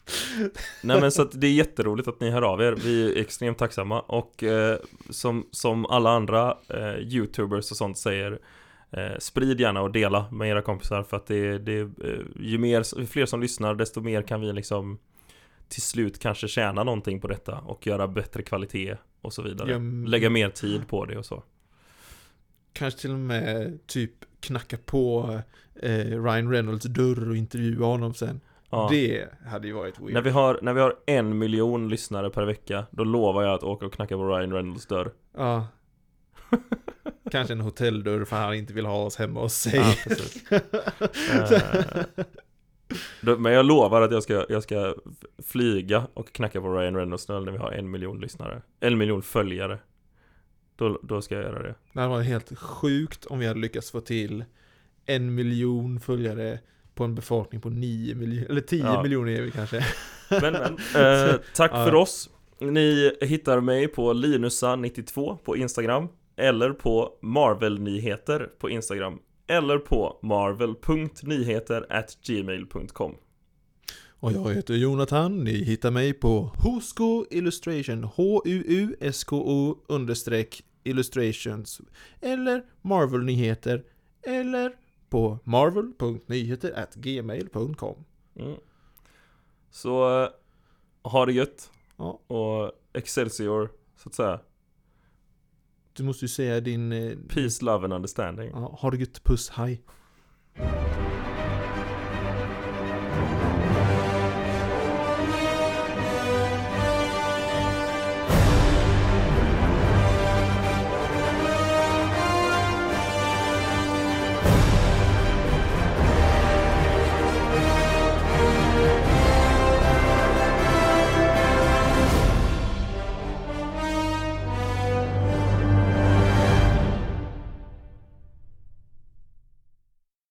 Nej men så att det är jätteroligt att ni hör av er. Vi är extremt tacksamma. Och eh, som, som alla andra eh, YouTubers och sånt säger, eh, sprid gärna och dela med era kompisar. För att det, det eh, ju, mer, ju fler som lyssnar, desto mer kan vi liksom till slut kanske tjäna någonting på detta och göra bättre kvalitet och så vidare. Ja, lägga mer tid på det och så. Kanske till och med typ knacka på eh, Ryan Reynolds dörr och intervjua honom sen. Ja. Det hade ju varit weird. När vi, har, när vi har en miljon lyssnare per vecka, då lovar jag att åka och knacka på Ryan Reynolds dörr. Ja. Kanske en hotelldörr för han inte vill ha oss hemma hos sig. Ja, precis. uh, då, men jag lovar att jag ska, jag ska flyga och knacka på Ryan Reynolds dörr när vi har en miljon lyssnare. En miljon följare. Då, då ska jag göra det. Det hade varit helt sjukt om vi hade lyckats få till en miljon följare på en befolkning på nio miljoner, eller tio Ja. miljoner är vi kanske. Men, men eh, tack Ja. för oss. Ni hittar mig på Linusa nittiotvå på Instagram, eller på Marvel-nyheter på Instagram, eller på marvel punkt nyheter at gmail punkt com. Och jag heter Jonathan. Ni hittar mig på Husko Illustration, H U U S K O understreck illustrations, eller Marvel-nyheter, eller på marvel punkt nyheter at gmail punkt com. Mm. Så eh, ha det gött. Ja. Och Excelsior, så att säga. Du måste ju säga din... Eh, Peace, love and understanding. ja, ha det gött, puss, hej.